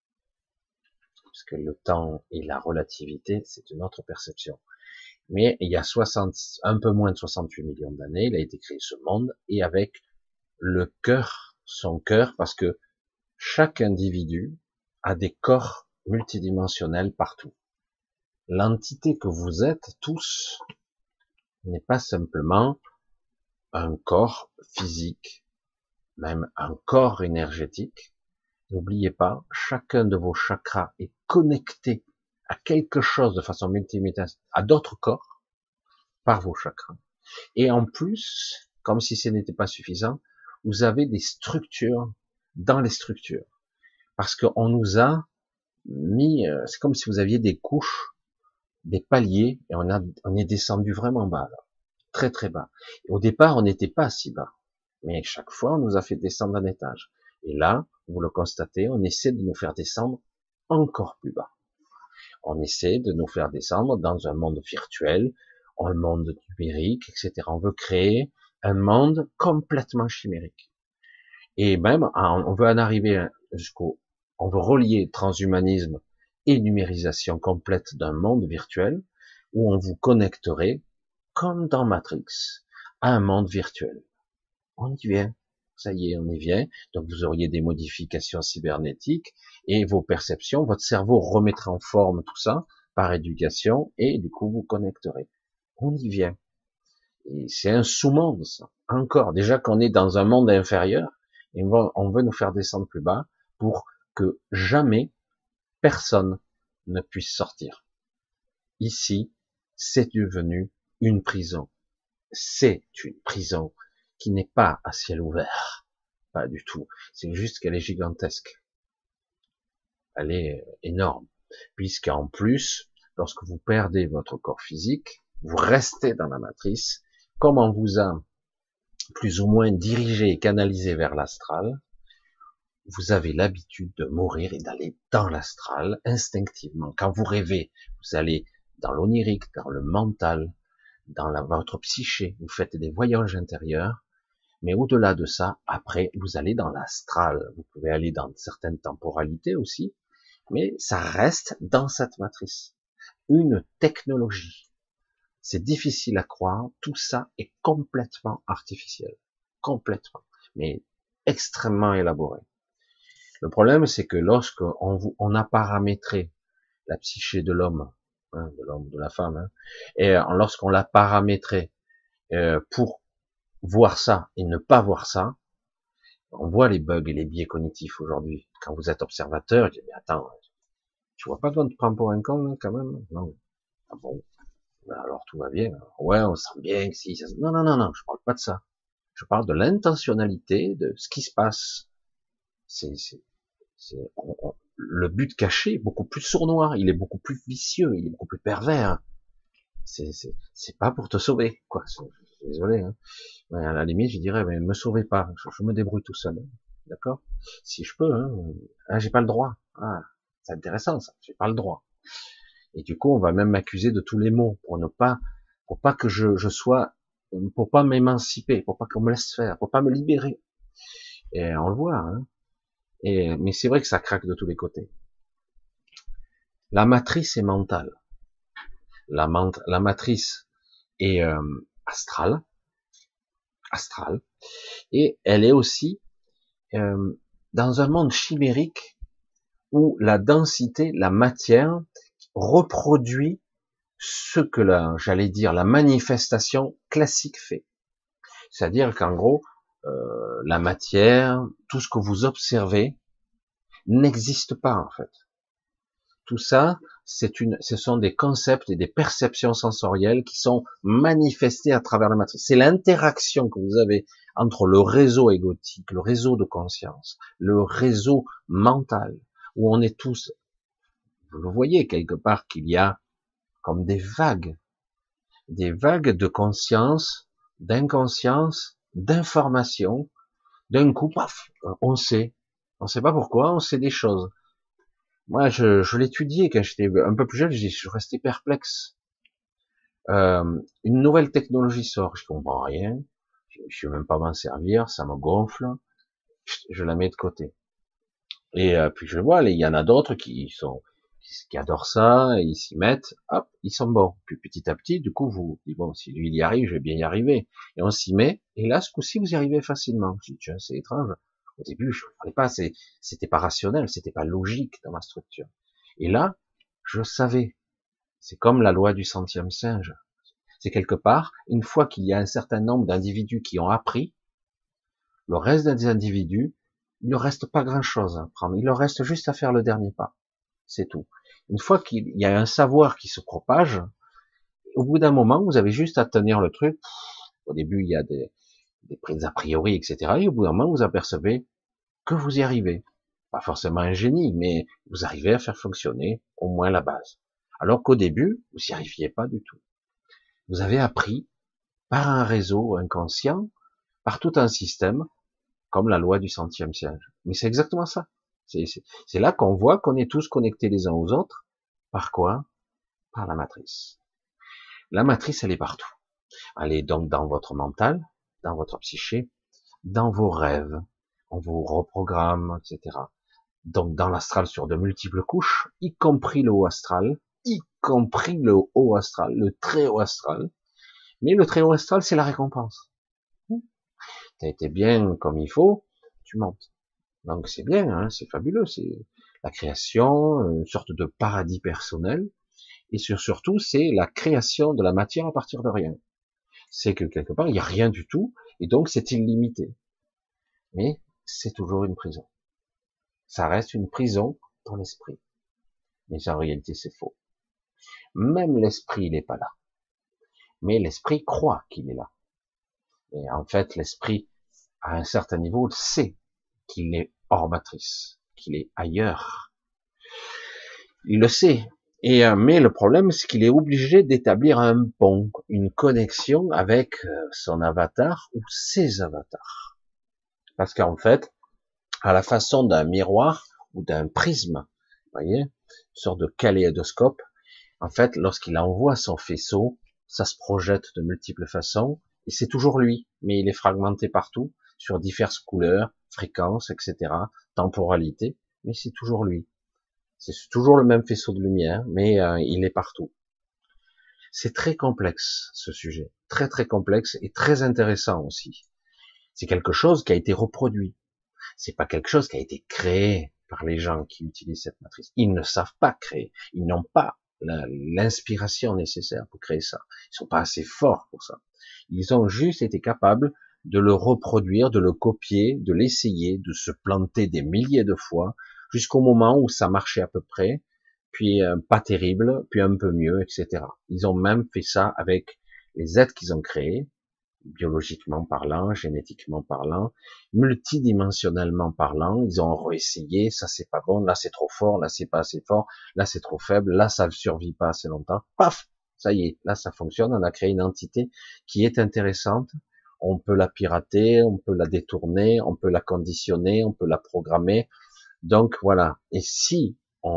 Parce que le temps et la relativité, c'est une autre perception. Mais il y a un peu moins de 68 millions d'années, il a été créé ce monde, et avec le cœur, son cœur, parce que chaque individu a des corps multidimensionnels partout. L'entité que vous êtes tous n'est pas simplement un corps physique, même un corps énergétique. N'oubliez pas, chacun de vos chakras est connecté à quelque chose de façon multidimensionnelle, à d'autres corps, par vos chakras. Et en plus, comme si ce n'était pas suffisant, vous avez des structures dans les structures. Parce qu'on nous a mis, c'est comme si vous aviez des couches, des paliers, et on est descendu vraiment bas, là. Très très bas. Et au départ, on n'était pas si bas. Mais chaque fois, on nous a fait descendre un étage. Et là, vous le constatez, on essaie de nous faire descendre encore plus bas. On essaie de nous faire descendre dans un monde virtuel, un monde numérique, etc. On veut créer un monde complètement chimérique. Et même, on veut en arriver on veut relier transhumanisme et numérisation complète d'un monde virtuel où on vous connecterait, comme dans Matrix, à un monde virtuel. On y vient. Ça y est, on y vient. Donc vous auriez des modifications cybernétiques et vos perceptions, votre cerveau remettra en forme tout ça par éducation et du coup vous connecterez. On y vient. Et c'est un sous-monde, ça. Encore. Déjà qu'on est dans un monde inférieur et on veut nous faire descendre plus bas pour que jamais personne ne puisse sortir. Ici, c'est devenu une prison. C'est une prison qui n'est pas à ciel ouvert. Pas du tout. C'est juste qu'elle est gigantesque. Elle est énorme. Puisqu'en plus, lorsque vous perdez votre corps physique, vous restez dans la matrice, comme on vous a plus ou moins dirigé et canalisé vers l'astral, vous avez l'habitude de mourir et d'aller dans l'astral instinctivement. Quand vous rêvez, vous allez dans l'onirique, dans le mental, dans votre psyché, vous faites des voyages intérieurs, mais au-delà de ça, après, vous allez dans l'astral. Vous pouvez aller dans certaines temporalités aussi, mais ça reste dans cette matrice. Une technologie. C'est difficile à croire, tout ça est complètement artificiel. Complètement. Mais extrêmement élaboré. Le problème, c'est que lorsque on a paramétré la psyché de l'homme, hein, de la femme, hein, et lorsqu'on l'a paramétré pour voir ça et ne pas voir ça, on voit les bugs et les biais cognitifs aujourd'hui. Quand vous êtes observateur, je dis, mais attends, tu vois pas toi, tu te prends pour un con, là, quand même? Non. Ah bon? Ben alors tout va bien. Ouais, on sent bien que si, ça... Non, non, non, non, je parle pas de ça. Je parle de l'intentionnalité, de ce qui se passe. Le but caché est beaucoup plus sournois, il est beaucoup plus vicieux, il est beaucoup plus pervers. C'est pas pour te sauver, quoi. Je suis désolé, hein. Mais à la limite, je dirais, mais me sauvez pas, je me débrouille tout seul, d'accord? Si je peux, hein. Ah, j'ai pas le droit. Ah, c'est intéressant, ça. J'ai pas le droit. Et du coup, on va même m'accuser de tous les maux pour pas que je sois, pour pas m'émanciper, pour pas qu'on me laisse faire, pour pas me libérer. Et on le voit, hein. Mais c'est vrai que ça craque de tous les côtés. La matrice est mentale. la matrice est astrale, et elle est aussi dans un monde chimérique où la densité, la matière, reproduit ce que j'allais dire, la manifestation classique fait. C'est-à-dire qu'en gros, la matière, tout ce que vous observez, n'existe pas en fait. Tout ça, ce sont des concepts et des perceptions sensorielles qui sont manifestées à travers la matrice. C'est l'interaction que vous avez entre le réseau égotique, le réseau de conscience, le réseau mental, où on est tous, vous le voyez quelque part, qu'il y a comme des vagues de conscience, d'inconscience, d'information. D'un coup, paf, on sait. On sait pas pourquoi, on sait des choses. Moi, je l'étudiais quand j'étais un peu plus jeune, je restais perplexe. Une nouvelle technologie sort, je comprends rien, je sais même pas m'en servir, ça me gonfle, je la mets de côté. Et puis je vois, il y en a d'autres qui adorent ça, et ils s'y mettent, hop, ils sont bons. Puis petit à petit, du coup, vous dites, bon, si lui il y arrive, je vais bien y arriver. Et on s'y met, et là, ce coup-ci, vous y arrivez facilement. Je dis, tiens, c'est étrange. Au début, je ne comprenais pas, c'était pas rationnel, c'était pas logique dans ma structure. Et là, je savais. C'est comme la loi du centième singe. C'est quelque part, une fois qu'il y a un certain nombre d'individus qui ont appris, le reste des individus, il ne reste pas grand-chose à apprendre. Il leur reste juste à faire le dernier pas. C'est tout. Une fois qu'il y a un savoir qui se propage, au bout d'un moment, vous avez juste à tenir le truc. Au début, il y a des prises a priori, etc. Et au bout d'un moment, vous apercevez que vous y arrivez. Pas forcément un génie, mais vous arrivez à faire fonctionner au moins la base. Alors qu'au début, vous n'y arriviez pas du tout. Vous avez appris par un réseau inconscient, par tout un système, comme la loi du centième siège. Mais c'est exactement ça. C'est là qu'on voit qu'on est tous connectés les uns aux autres. Par quoi? Par la matrice. La matrice, elle est partout. Elle est donc dans votre mental, dans votre psyché, dans vos rêves. On vous reprogramme, etc. Donc dans l'astral sur de multiples couches, y compris le haut astral, le très haut astral. Mais le très haut astral, c'est la récompense. T'as été bien comme il faut, tu montes. Donc c'est bien, hein, c'est fabuleux, c'est la création, une sorte de paradis personnel, et surtout c'est la création de la matière à partir de rien. C'est que quelque part il n'y a rien du tout, et donc c'est illimité. Mais c'est toujours une prison. Ça reste une prison dans l'esprit. Mais en réalité c'est faux. Même l'esprit il n'est pas là. Mais l'esprit croit qu'il est là. Et en fait l'esprit, à un certain niveau, sait qu'il est hors matrice, qu'il est ailleurs. Il le sait. Et mais le problème, c'est qu'il est obligé d'établir un pont, une connexion avec son avatar ou ses avatars. Parce qu'en fait, à la façon d'un miroir ou d'un prisme, vous voyez, une sorte de kaléidoscope, en fait, lorsqu'il envoie son faisceau, ça se projette de multiples façons, et c'est toujours lui, mais il est fragmenté partout, sur diverses couleurs, fréquences, etc., temporalité, mais c'est toujours lui. C'est toujours le même faisceau de lumière, mais il est partout. C'est très complexe, ce sujet. Très très complexe et très intéressant aussi. C'est quelque chose qui a été reproduit. C'est pas quelque chose qui a été créé par les gens qui utilisent cette matrice. Ils ne savent pas créer. Ils n'ont pas l'inspiration nécessaire pour créer ça. Ils sont pas assez forts pour ça. Ils ont juste été capables de le reproduire, de le copier, de l'essayer, de se planter des milliers de fois, jusqu'au moment où ça marchait à peu près, puis pas terrible, puis un peu mieux, etc. Ils ont même fait ça avec les êtres qu'ils ont créés, biologiquement parlant, génétiquement parlant, multidimensionnellement parlant. Ils ont réessayé, ça c'est pas bon, là c'est trop fort, là c'est pas assez fort, là c'est trop faible, là ça ne survit pas assez longtemps. Paf, ça y est, là ça fonctionne, on a créé une entité qui est intéressante. On peut la pirater, on peut la détourner, on peut la conditionner, on peut la programmer. Donc voilà. Et si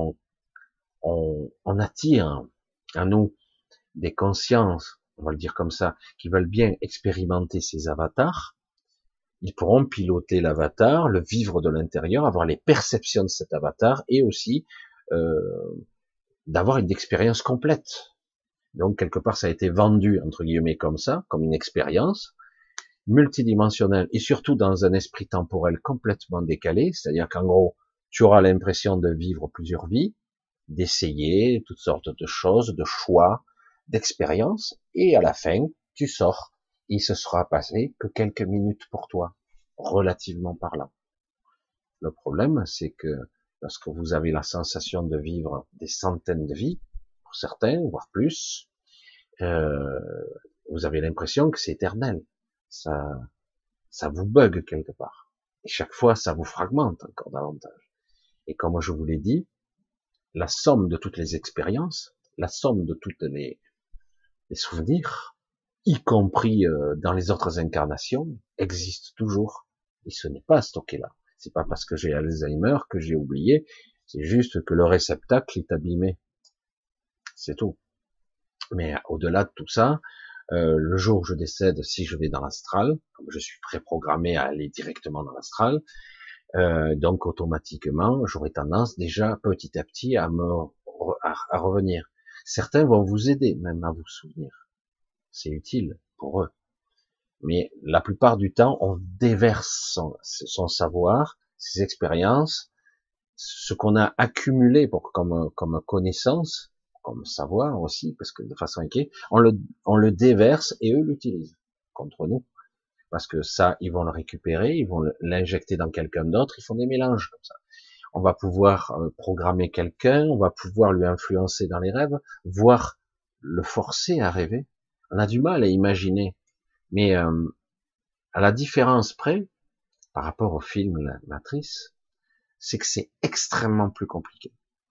on attire à nous des consciences, on va le dire comme ça, qui veulent bien expérimenter ces avatars, ils pourront piloter l'avatar, le vivre de l'intérieur, avoir les perceptions de cet avatar et aussi d'avoir une expérience complète. Donc, quelque part, ça a été vendu, entre guillemets, comme ça, comme une expérience multidimensionnelle et surtout dans un esprit temporel complètement décalé. C'est-à-dire qu'en gros, tu auras l'impression de vivre plusieurs vies, d'essayer toutes sortes de choses, de choix, d'expériences, et à la fin, tu sors. Il se sera passé que quelques minutes pour toi, relativement parlant. Le problème, c'est que lorsque vous avez la sensation de vivre des centaines de vies, pour certains, voire plus, euh, vous avez l'impression que c'est éternel. Ça, ça vous bug quelque part. Et chaque fois, ça vous fragmente encore davantage. Et comme je vous l'ai dit, la somme de toutes les expériences, la somme de toutes les souvenirs, y compris dans les autres incarnations, existe toujours. Et ce n'est pas stocké là. C'est pas parce que j'ai Alzheimer que j'ai oublié. C'est juste que le réceptacle est abîmé. C'est tout. Mais au-delà de tout ça, le jour où je décède, si je vais dans l'astral, comme je suis préprogrammé à aller directement dans l'astral, donc automatiquement, j'aurai tendance déjà petit à petit à revenir. Certains vont vous aider même à vous souvenir. C'est utile pour eux. Mais la plupart du temps, on déverse son savoir, ses expériences, ce qu'on a accumulé comme connaissance, comme savoir aussi, parce que de façon équilibrée, on le déverse et eux l'utilisent contre nous. Parce que ça, ils vont le récupérer, ils vont l'injecter dans quelqu'un d'autre, ils font des mélanges comme ça. On va pouvoir programmer quelqu'un, on va pouvoir lui influencer dans les rêves, voire le forcer à rêver. On a du mal à imaginer. Mais à la différence près, par rapport au film La Matrice, c'est que c'est extrêmement plus compliqué.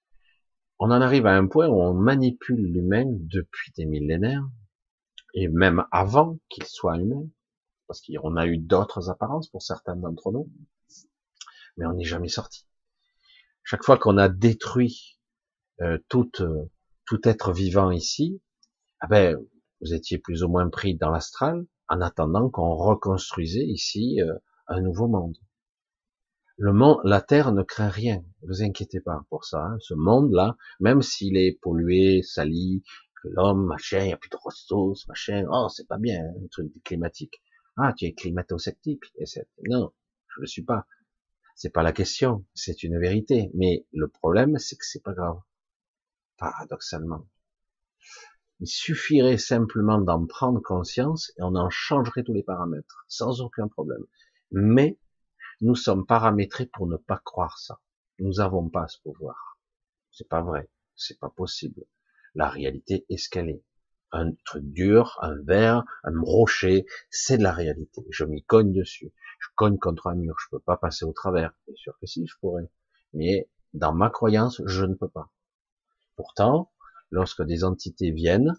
On en arrive à un point où on manipule l'humain depuis des millénaires, et même avant qu'il soit humain, parce qu'on a eu d'autres apparences pour certains d'entre nous, mais on n'est jamais sorti. Chaque fois qu'on a détruit tout être vivant ici, ah ben, vous étiez plus ou moins pris dans l'astral, en attendant qu'on reconstruisait ici un nouveau monde. Le monde, la Terre ne craint rien, ne vous inquiétez pas pour ça. Hein. Ce monde-là, même s'il est pollué, sali, que l'homme, machin, il n'y a plus de ressources, machin, oh, c'est pas bien, un truc climatique. Ah, tu es climato-sceptique. Non, je le suis pas. C'est pas la question, c'est une vérité. Mais le problème, c'est que c'est pas grave. Paradoxalement. Il suffirait simplement d'en prendre conscience et on en changerait tous les paramètres, sans aucun problème. Mais nous sommes paramétrés pour ne pas croire ça. Nous n'avons pas ce pouvoir. C'est pas vrai. C'est pas possible. La réalité est ce qu'elle est. Un truc dur, un verre, un rocher, c'est de la réalité. Je m'y cogne dessus. Je cogne contre un mur. Je peux pas passer au travers. Bien sûr que si, je pourrais. Mais dans ma croyance, je ne peux pas. Pourtant, lorsque des entités viennent,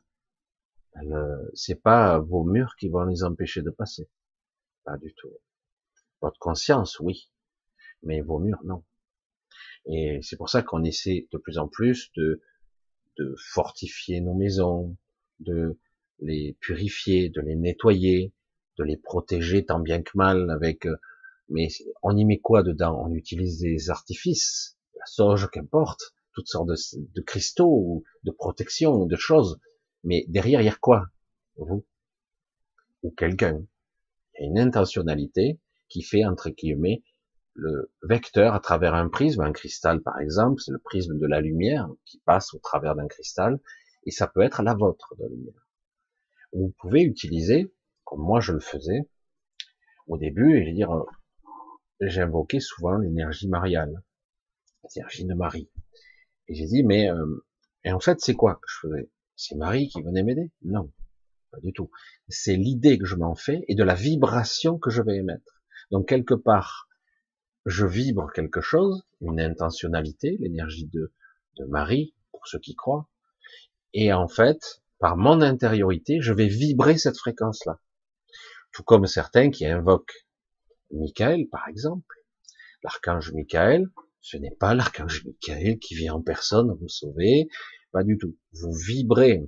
c'est pas vos murs qui vont les empêcher de passer. Pas du tout. Votre conscience, oui. Mais vos murs, non. Et c'est pour ça qu'on essaie de plus en plus de fortifier nos maisons, de les purifier, de les nettoyer, de les protéger tant bien que mal avec, mais on y met quoi dedans? On utilise des artifices, la sauge, qu'importe, toutes sortes de cristaux, ou de protection, ou de choses. Mais derrière, il y a quoi? Vous? Ou quelqu'un? Il y a une intentionnalité qui fait, entre guillemets, le vecteur à travers un prisme, un cristal par exemple, c'est le prisme de la lumière qui passe au travers d'un cristal, et ça peut être la vôtre de lumière. Vous pouvez utiliser, comme moi je le faisais, au début, et dire, j'invoquais souvent l'énergie mariale, l'énergie de Marie. Et j'ai dit, mais et en fait, c'est quoi que je faisais? C'est Marie qui venait m'aider? Non, pas du tout. C'est l'idée que je m'en fais et de la vibration que je vais émettre. Donc quelque part, je vibre quelque chose, une intentionnalité, l'énergie de Marie, pour ceux qui croient, et en fait, par mon intériorité, je vais vibrer cette fréquence-là. Tout comme certains qui invoquent Michael, par exemple. L'archange Michael, ce n'est pas l'archange Michael qui vient en personne vous sauver, pas du tout. Vous vibrez,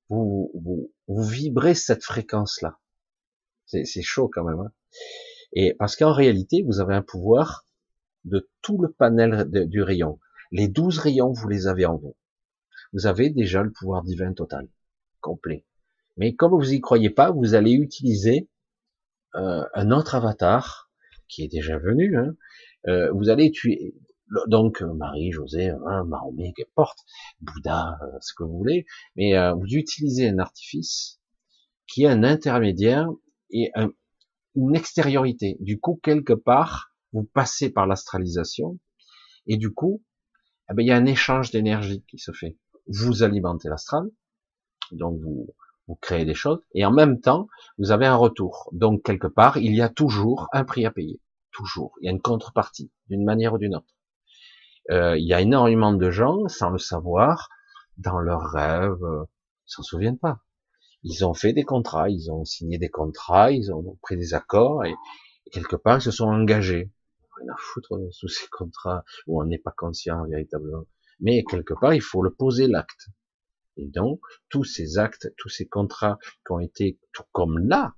vous vibrez cette fréquence-là. C'est chaud quand même. Hein. Et parce qu'en réalité, vous avez un pouvoir de tout le panel du rayon. Les 12 rayons, vous les avez en vous. Vous avez déjà le pouvoir divin total. complet. Mais comme vous y croyez pas, vous allez utiliser un autre avatar qui est déjà venu. Hein. Vous allez tuer donc Marie, José, hein, Mahomet, qu'importe, Bouddha, ce que vous voulez, mais vous utilisez un artifice qui est un intermédiaire et une extériorité. Du coup, quelque part, vous passez par l'astralisation et du coup, eh ben, il y a un échange d'énergie qui se fait. Vous alimentez l'astral, donc vous créez des choses, et en même temps, vous avez un retour. Donc, quelque part, il y a toujours un prix à payer. Toujours. Il y a une contrepartie, d'une manière ou d'une autre. Il y a énormément de gens, sans le savoir, dans leurs rêves, ils s'en souviennent pas. Ils ont fait des contrats, ils ont signé des contrats, ils ont pris des accords, et quelque part, ils se sont engagés. Rien à foutre sous ces contrats où on n'est pas conscient véritablement. Mais quelque part, il faut le poser l'acte. Et donc, tous ces actes, tous ces contrats qui ont été, tout comme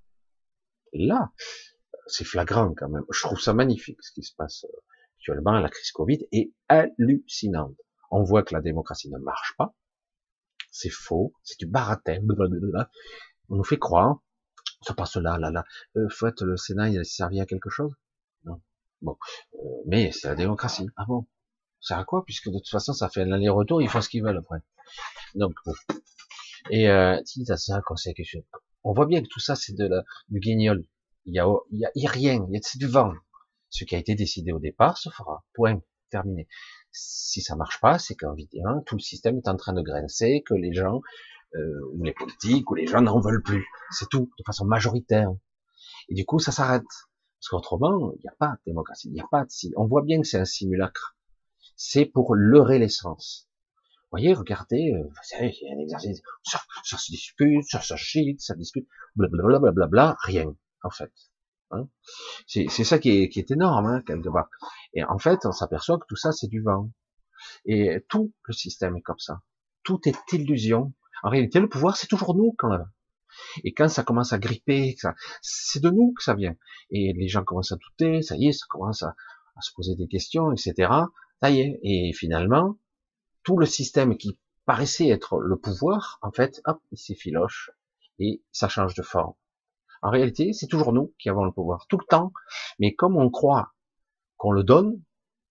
là, c'est flagrant quand même. Je trouve ça magnifique ce qui se passe actuellement. La crise Covid est hallucinante. On voit que la démocratie ne marche pas. C'est faux, c'est du baratin. Blablabla. On nous fait croire, ça passe là. En fait, le Sénat, il a servi à quelque chose? Non. Bon, mais c'est la démocratie. Ah bon? Ça sert à quoi? Puisque de toute façon, ça fait un aller-retour, ils font ce qu'ils veulent après. Donc, bon. Et si t'as ça, conseil quelque chose. On voit bien que tout ça, c'est du guignol. Il y a rien, c'est du vent. Ce qui a été décidé au départ se fera. Point. Terminé. Si ça marche pas, c'est qu'évidemment, tout le système est en train de grincer, que les gens, ou les politiques, ou les gens n'en veulent plus. C'est tout, de façon majoritaire. Et du coup, ça s'arrête. Parce qu'autrement, il n'y a pas de démocratie, il n'y a pas de... On voit bien que c'est un simulacre. C'est pour leurrer l'essence. Vous voyez, regardez, vous savez, il y a un exercice, ça se dispute, ça chite, ça discute, blablabla, rien, en fait. Hein, c'est ça qui est énorme, hein, quelque part. Et en fait, on s'aperçoit que tout ça, c'est du vent. Et tout le système est comme ça. Tout est illusion. En réalité, le pouvoir, c'est toujours nous qu'on l'a. Et quand ça commence à gripper, c'est de nous que ça vient. Et les gens commencent à douter, ça y est, ça commence à se poser des questions, etc. Ça y est. Et finalement, tout le système qui paraissait être le pouvoir, en fait, hop, il s'effiloche et ça change de forme. En réalité, c'est toujours nous qui avons le pouvoir, tout le temps. Mais comme on croit qu'on le donne,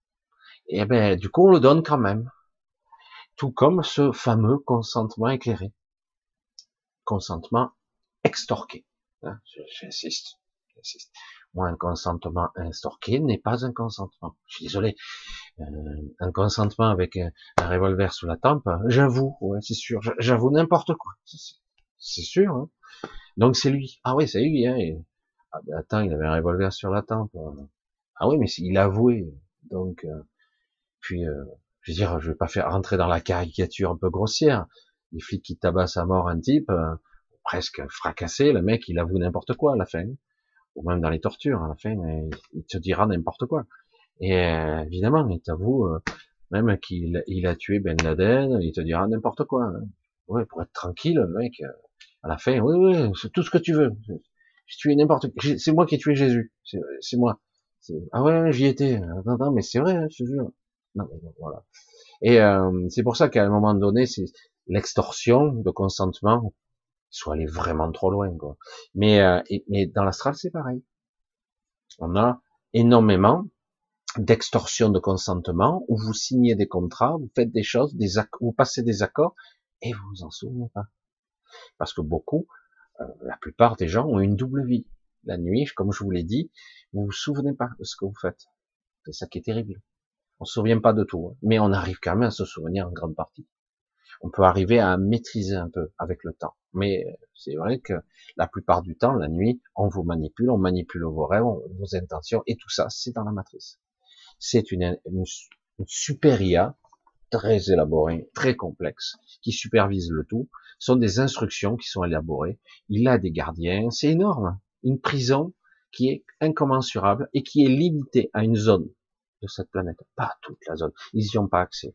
et ben, du coup, on le donne quand même. Tout comme ce fameux consentement éclairé. Consentement extorqué. Hein, j'insiste. Moi, un consentement extorqué n'est pas un consentement. Je suis désolé. Un consentement avec un revolver sous la tempe, j'avoue, ouais, c'est sûr. J'avoue n'importe quoi. C'est sûr. Hein. Donc c'est lui. Ah oui, c'est lui. Hein. Ah ben attends, il avait un revolver sur la tempe. Ah oui, mais il a avoué. Donc, puis, je veux dire, je vais pas faire rentrer dans la caricature un peu grossière. Les flics qui tabassent à mort un type, presque fracassé, le mec, il avoue n'importe quoi à la fin. Ou même dans les tortures, à la fin, il te dira n'importe quoi. Et évidemment, il t'avoue même qu'il a tué Ben Laden, il te dira n'importe quoi. Hein. Ouais, pour être tranquille, le mec, à la fin, oui, c'est tout ce que tu veux. J'ai tué n'importe qui. C'est moi qui ai tué Jésus. C'est moi. Ah ouais, j'y étais. Non, mais c'est vrai, hein, je te jure. Non, voilà. Et c'est pour ça qu'à un moment donné, c'est l'extorsion de consentement, soit aller vraiment trop loin, quoi. Mais dans l'astral, c'est pareil. On a énormément d'extorsion de consentement où vous signez des contrats, vous faites des choses, vous passez des accords et vous vous en souvenez pas. Parce que beaucoup, la plupart des gens ont une double vie. La nuit, comme je vous l'ai dit, vous vous souvenez pas de ce que vous faites. C'est ça qui est terrible. On se souvient pas de tout, hein. Mais on arrive quand même à se souvenir en grande partie. On peut arriver à maîtriser un peu avec le temps. Mais c'est vrai que la plupart du temps, la nuit, on vous manipule, on manipule vos rêves, vos intentions, et tout ça, c'est dans la matrice. C'est une super IA, très élaborée, très complexe, qui supervise le tout. Ce sont des instructions qui sont élaborées. Il a des gardiens, c'est énorme. Une prison qui est incommensurable et qui est limitée à une zone de cette planète, pas toute la zone. Ils n'y ont pas accès.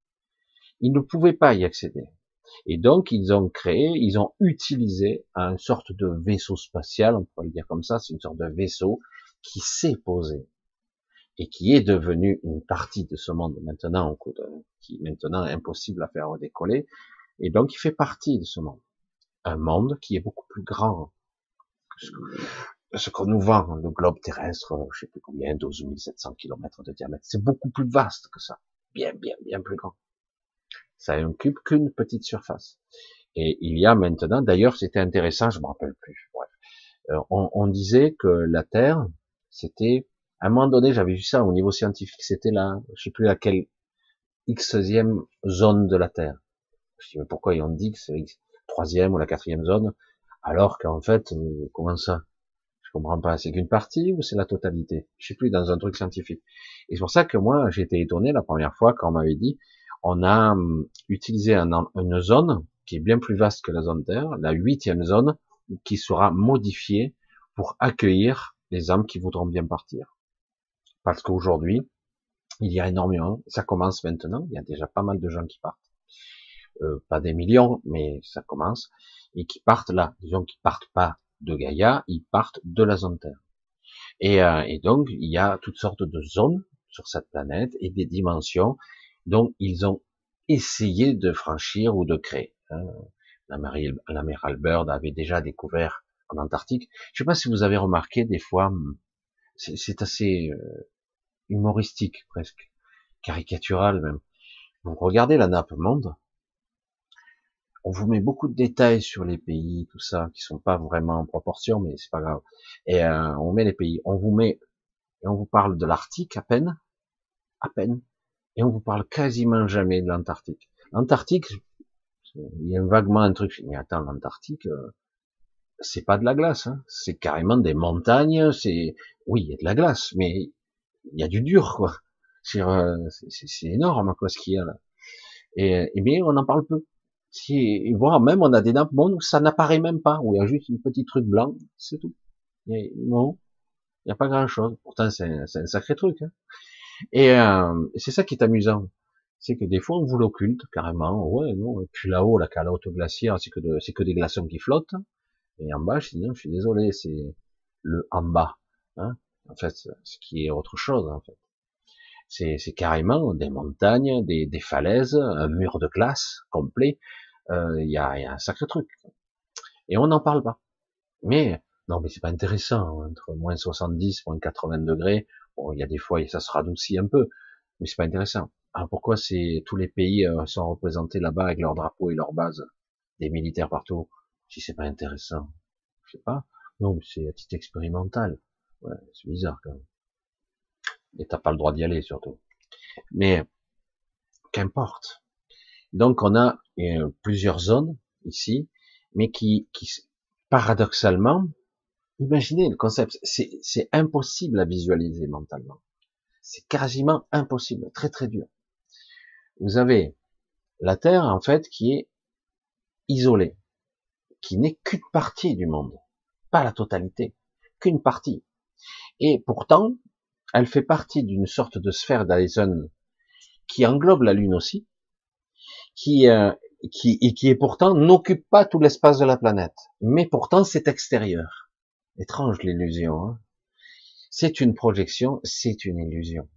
Ils ne pouvaient pas y accéder. Et donc, ils ont utilisé une sorte de vaisseau spatial, on pourrait le dire comme ça, c'est une sorte de vaisseau qui s'est posé et qui est devenu une partie de ce monde maintenant, qui est maintenant impossible à faire redécoller, et donc il fait partie de ce monde. un monde qui est beaucoup plus grand que ce qu'on nous vend, le globe terrestre, je sais plus combien, 12 700 kilomètres de diamètre. C'est beaucoup plus vaste que ça. Bien, bien, bien plus grand. Ça n'occupe qu'une petite surface. Et il y a maintenant, d'ailleurs, c'était intéressant, je me rappelle plus. Bref. On disait que la Terre, c'était, à un moment donné, j'avais vu ça au niveau scientifique, c'était là, je sais plus laquelle Xème zone de la Terre. Je dis, mais pourquoi ils ont dit que c'est la troisième ou la quatrième zone, alors qu'en fait, comment ça? Je comprends pas. C'est qu'une partie ou c'est la totalité? Je sais plus, dans un truc scientifique. Et c'est pour ça que moi, j'ai été étonné la première fois quand on m'avait dit, on a utilisé une zone qui est bien plus vaste que la zone Terre, la huitième zone, qui sera modifiée pour accueillir les âmes qui voudront bien partir. Parce qu'aujourd'hui, il y a énormément, ça commence maintenant, il y a déjà pas mal de gens qui partent. Pas des millions, mais ça commence, et qui partent là. Disons qu'ils partent pas de Gaïa, ils partent de la zone Terre. Et donc, il y a toutes sortes de zones sur cette planète et des dimensions dont ils ont essayé de franchir ou de créer. L'amiral Byrd avait déjà découvert en Antarctique. Je sais pas si vous avez remarqué des fois, c'est assez humoristique presque, caricatural même. Vous regardez la nappe monde, on vous met beaucoup de détails sur les pays, tout ça, qui sont pas vraiment en proportion, mais c'est pas grave. Et on met les pays, on vous met, et on vous parle de l'Arctique à peine, et on vous parle quasiment jamais de l'Antarctique. L'Antarctique, il y a vaguement un truc, mais attends, l'Antarctique, c'est pas de la glace, hein. C'est carrément des montagnes, oui, il y a de la glace, mais il y a du dur, quoi. C'est énorme, quoi, ce qu'il y a là. Et bien, on en parle peu. Voire même, on a des nappes mondes où ça n'apparaît même pas, où il y a juste une petite truc blanc, c'est tout. Non, il n'y a pas grand chose. Pourtant, c'est un sacré truc, hein. Et c'est ça qui est amusant. C'est que des fois, on vous l'occulte, carrément. Ouais, non. Et puis là-haut, la calotte glaciaire, c'est que des glaçons qui flottent. Et en bas, je dis, non, je suis désolé, c'est le en bas, hein. En fait, ce qui est autre chose, en fait. C'est carrément des montagnes, des falaises, un mur de glace complet. Il y a un sacré truc. Et on n'en parle pas. Mais, non, mais c'est pas intéressant, hein, entre moins 70, moins 80 degrés. Bon, il y a des fois, ça se radoucit un peu, mais c'est pas intéressant. Alors pourquoi tous les pays sont représentés là-bas avec leurs drapeaux et leurs bases, des militaires partout, si c'est pas intéressant? Je sais pas. Non, mais c'est à titre expérimental. Ouais, c'est bizarre quand même. Et t'as pas le droit d'y aller surtout. Mais, qu'importe. Donc on a plusieurs zones ici, mais qui paradoxalement, imaginez le concept, c'est impossible à visualiser mentalement. C'est quasiment impossible, très très dur. Vous avez la Terre en fait qui est isolée, qui n'est qu'une partie du monde, pas la totalité, qu'une partie. Et pourtant, elle fait partie d'une sorte de sphère Dyson qui englobe la Lune aussi, qui et qui pourtant n'occupe pas tout l'espace de la planète. Mais pourtant, c'est extérieur. Étrange l'illusion. Hein. C'est une projection, c'est une illusion.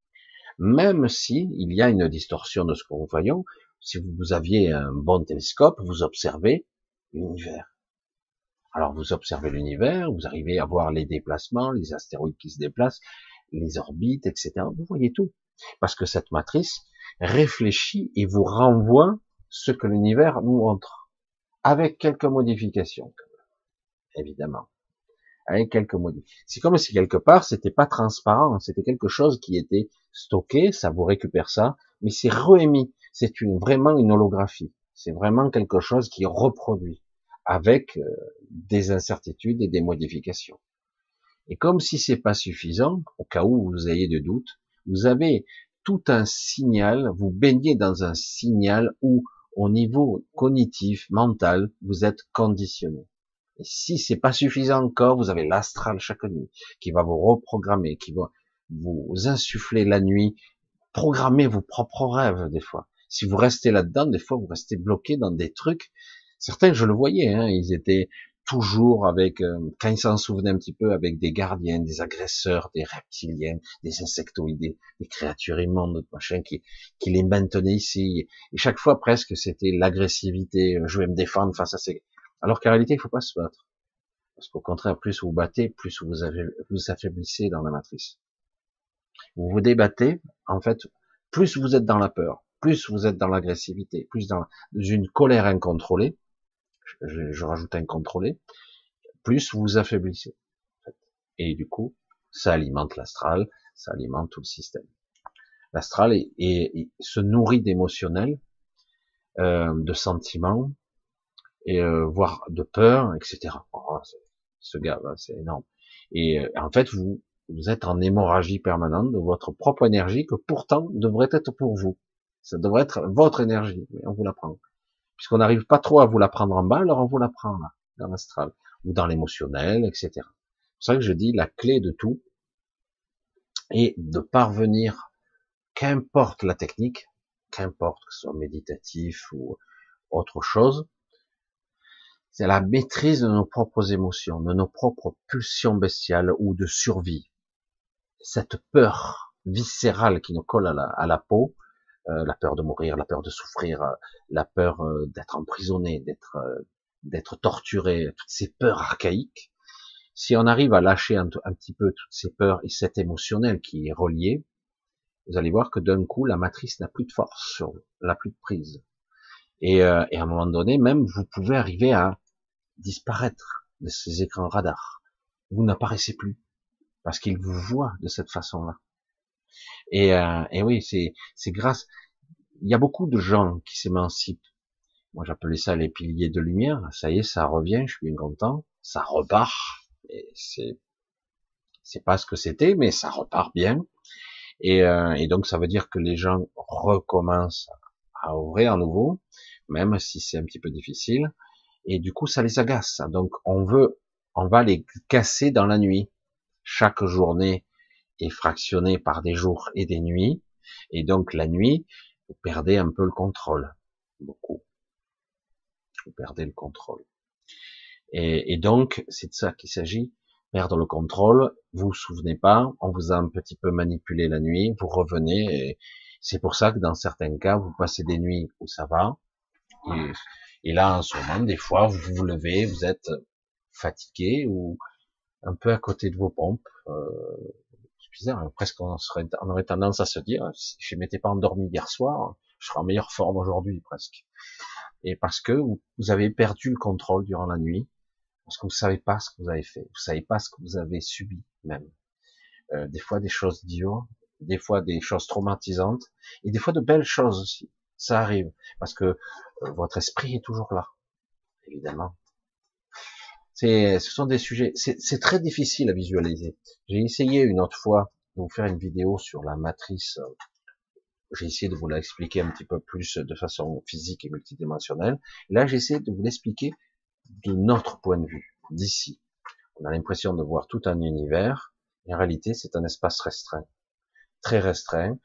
Même si il y a une distorsion de ce que nous voyons, si vous aviez un bon télescope, vous observez l'univers. Alors vous observez l'univers, vous arrivez à voir les déplacements, les astéroïdes qui se déplacent, les orbites, etc. Vous voyez tout. Parce que cette matrice réfléchit et vous renvoie ce que l'univers nous montre. Avec quelques modifications, évidemment. Avec quelques modifications. C'est comme si quelque part, c'était pas transparent, c'était quelque chose qui était stocké, ça vous récupère ça, mais c'est reémis. C'est vraiment une holographie. C'est vraiment quelque chose qui reproduit avec des incertitudes et des modifications. Et comme si c'est pas suffisant, au cas où vous ayez des doutes, vous avez tout un signal, vous baignez dans un signal où, au niveau cognitif, mental, vous êtes conditionné. Et si c'est pas suffisant encore, vous avez l'astral chaque nuit, qui va vous reprogrammer, qui va vous insuffler la nuit, programmer vos propres rêves, des fois. Si vous restez là-dedans, des fois, vous restez bloqué dans des trucs. Certains, je le voyais, hein, ils étaient toujours avec, quand ils s'en souvenaient un petit peu, avec des gardiens, des agresseurs, des reptiliens, des insectoïdes, des créatures immondes, machin, qui les maintenaient ici. Et chaque fois, presque, c'était l'agressivité, je vais me défendre face à ces... Alors qu'en réalité, il faut pas se battre. Parce qu'au contraire, plus vous battez, plus vous affaiblissez dans la matrice. Vous vous débattez, en fait, plus vous êtes dans la peur, plus vous êtes dans l'agressivité, plus dans une colère incontrôlée, je rajoute incontrôlée, plus vous vous affaiblissez. Et du coup, ça alimente l'astral, ça alimente tout le système. L'astral se nourrit d'émotionnel, de sentiments, et voire de peur, etc. Oh, ce gars, c'est énorme. Et en fait, vous êtes en hémorragie permanente de votre propre énergie que pourtant devrait être pour vous. Ça devrait être votre énergie, mais on vous la prend. Puisqu'on n'arrive pas trop à vous la prendre en bas, alors on vous la prend là, dans l'astral, ou dans l'émotionnel, etc. C'est pour ça que je dis la clé de tout est de parvenir, qu'importe la technique, qu'importe que ce soit méditatif ou autre chose, c'est la maîtrise de nos propres émotions, de nos propres pulsions bestiales ou de survie. Cette peur viscérale qui nous colle à la peau, la peur de mourir, la peur de souffrir, la peur d'être emprisonné, d'être torturé, toutes ces peurs archaïques. Si on arrive à lâcher un petit peu toutes ces peurs et cet émotionnel qui est relié, vous allez voir que d'un coup, la matrice n'a plus de force sur vous, n'a plus de prise. Et à un moment donné, même, vous pouvez arriver à disparaître de ces écrans radars. Vous n'apparaissez plus parce qu'ils vous voient de cette façon-là. Et oui, c'est grâce. Il y a beaucoup de gens qui s'émancipent. Moi, j'appelais ça les piliers de lumière. Ça y est, ça revient. Je suis bien content. Ça repart. Et c'est pas ce que c'était, mais ça repart bien. Et donc, ça veut dire que les gens recommencent à ouvrir à nouveau, même si c'est un petit peu difficile. Et du coup, ça les agace. Donc, on va les casser dans la nuit. Chaque journée est fractionnée par des jours et des nuits. Et donc, la nuit, vous perdez un peu le contrôle. Beaucoup. Vous perdez le contrôle. Et donc, c'est de ça qu'il s'agit. Perdre le contrôle. Vous vous souvenez pas. On vous a un petit peu manipulé la nuit. Vous revenez. Et c'est pour ça que dans certains cas, vous passez des nuits où ça va. Et là, en ce moment, des fois, vous vous levez, vous êtes fatigué ou un peu à côté de vos pompes. C'est bizarre, hein, presque on aurait tendance à se dire, si je m'étais pas endormi hier soir, je serais en meilleure forme aujourd'hui presque. Et parce que vous avez perdu le contrôle durant la nuit, parce que vous savez pas ce que vous avez fait, vous savez pas ce que vous avez subi même. Des fois des choses dures, des fois des choses traumatisantes, et des fois de belles choses aussi. Ça arrive, parce que votre esprit est toujours là, évidemment. Ce sont des sujets, c'est très difficile à visualiser. J'ai essayé une autre fois de vous faire une vidéo sur la matrice. J'ai essayé de vous l'expliquer un petit peu plus de façon physique et multidimensionnelle. Là, j'essaie de vous l'expliquer de notre point de vue, d'ici. On a l'impression de voir tout un univers, et en réalité, c'est un espace restreint, très restreint,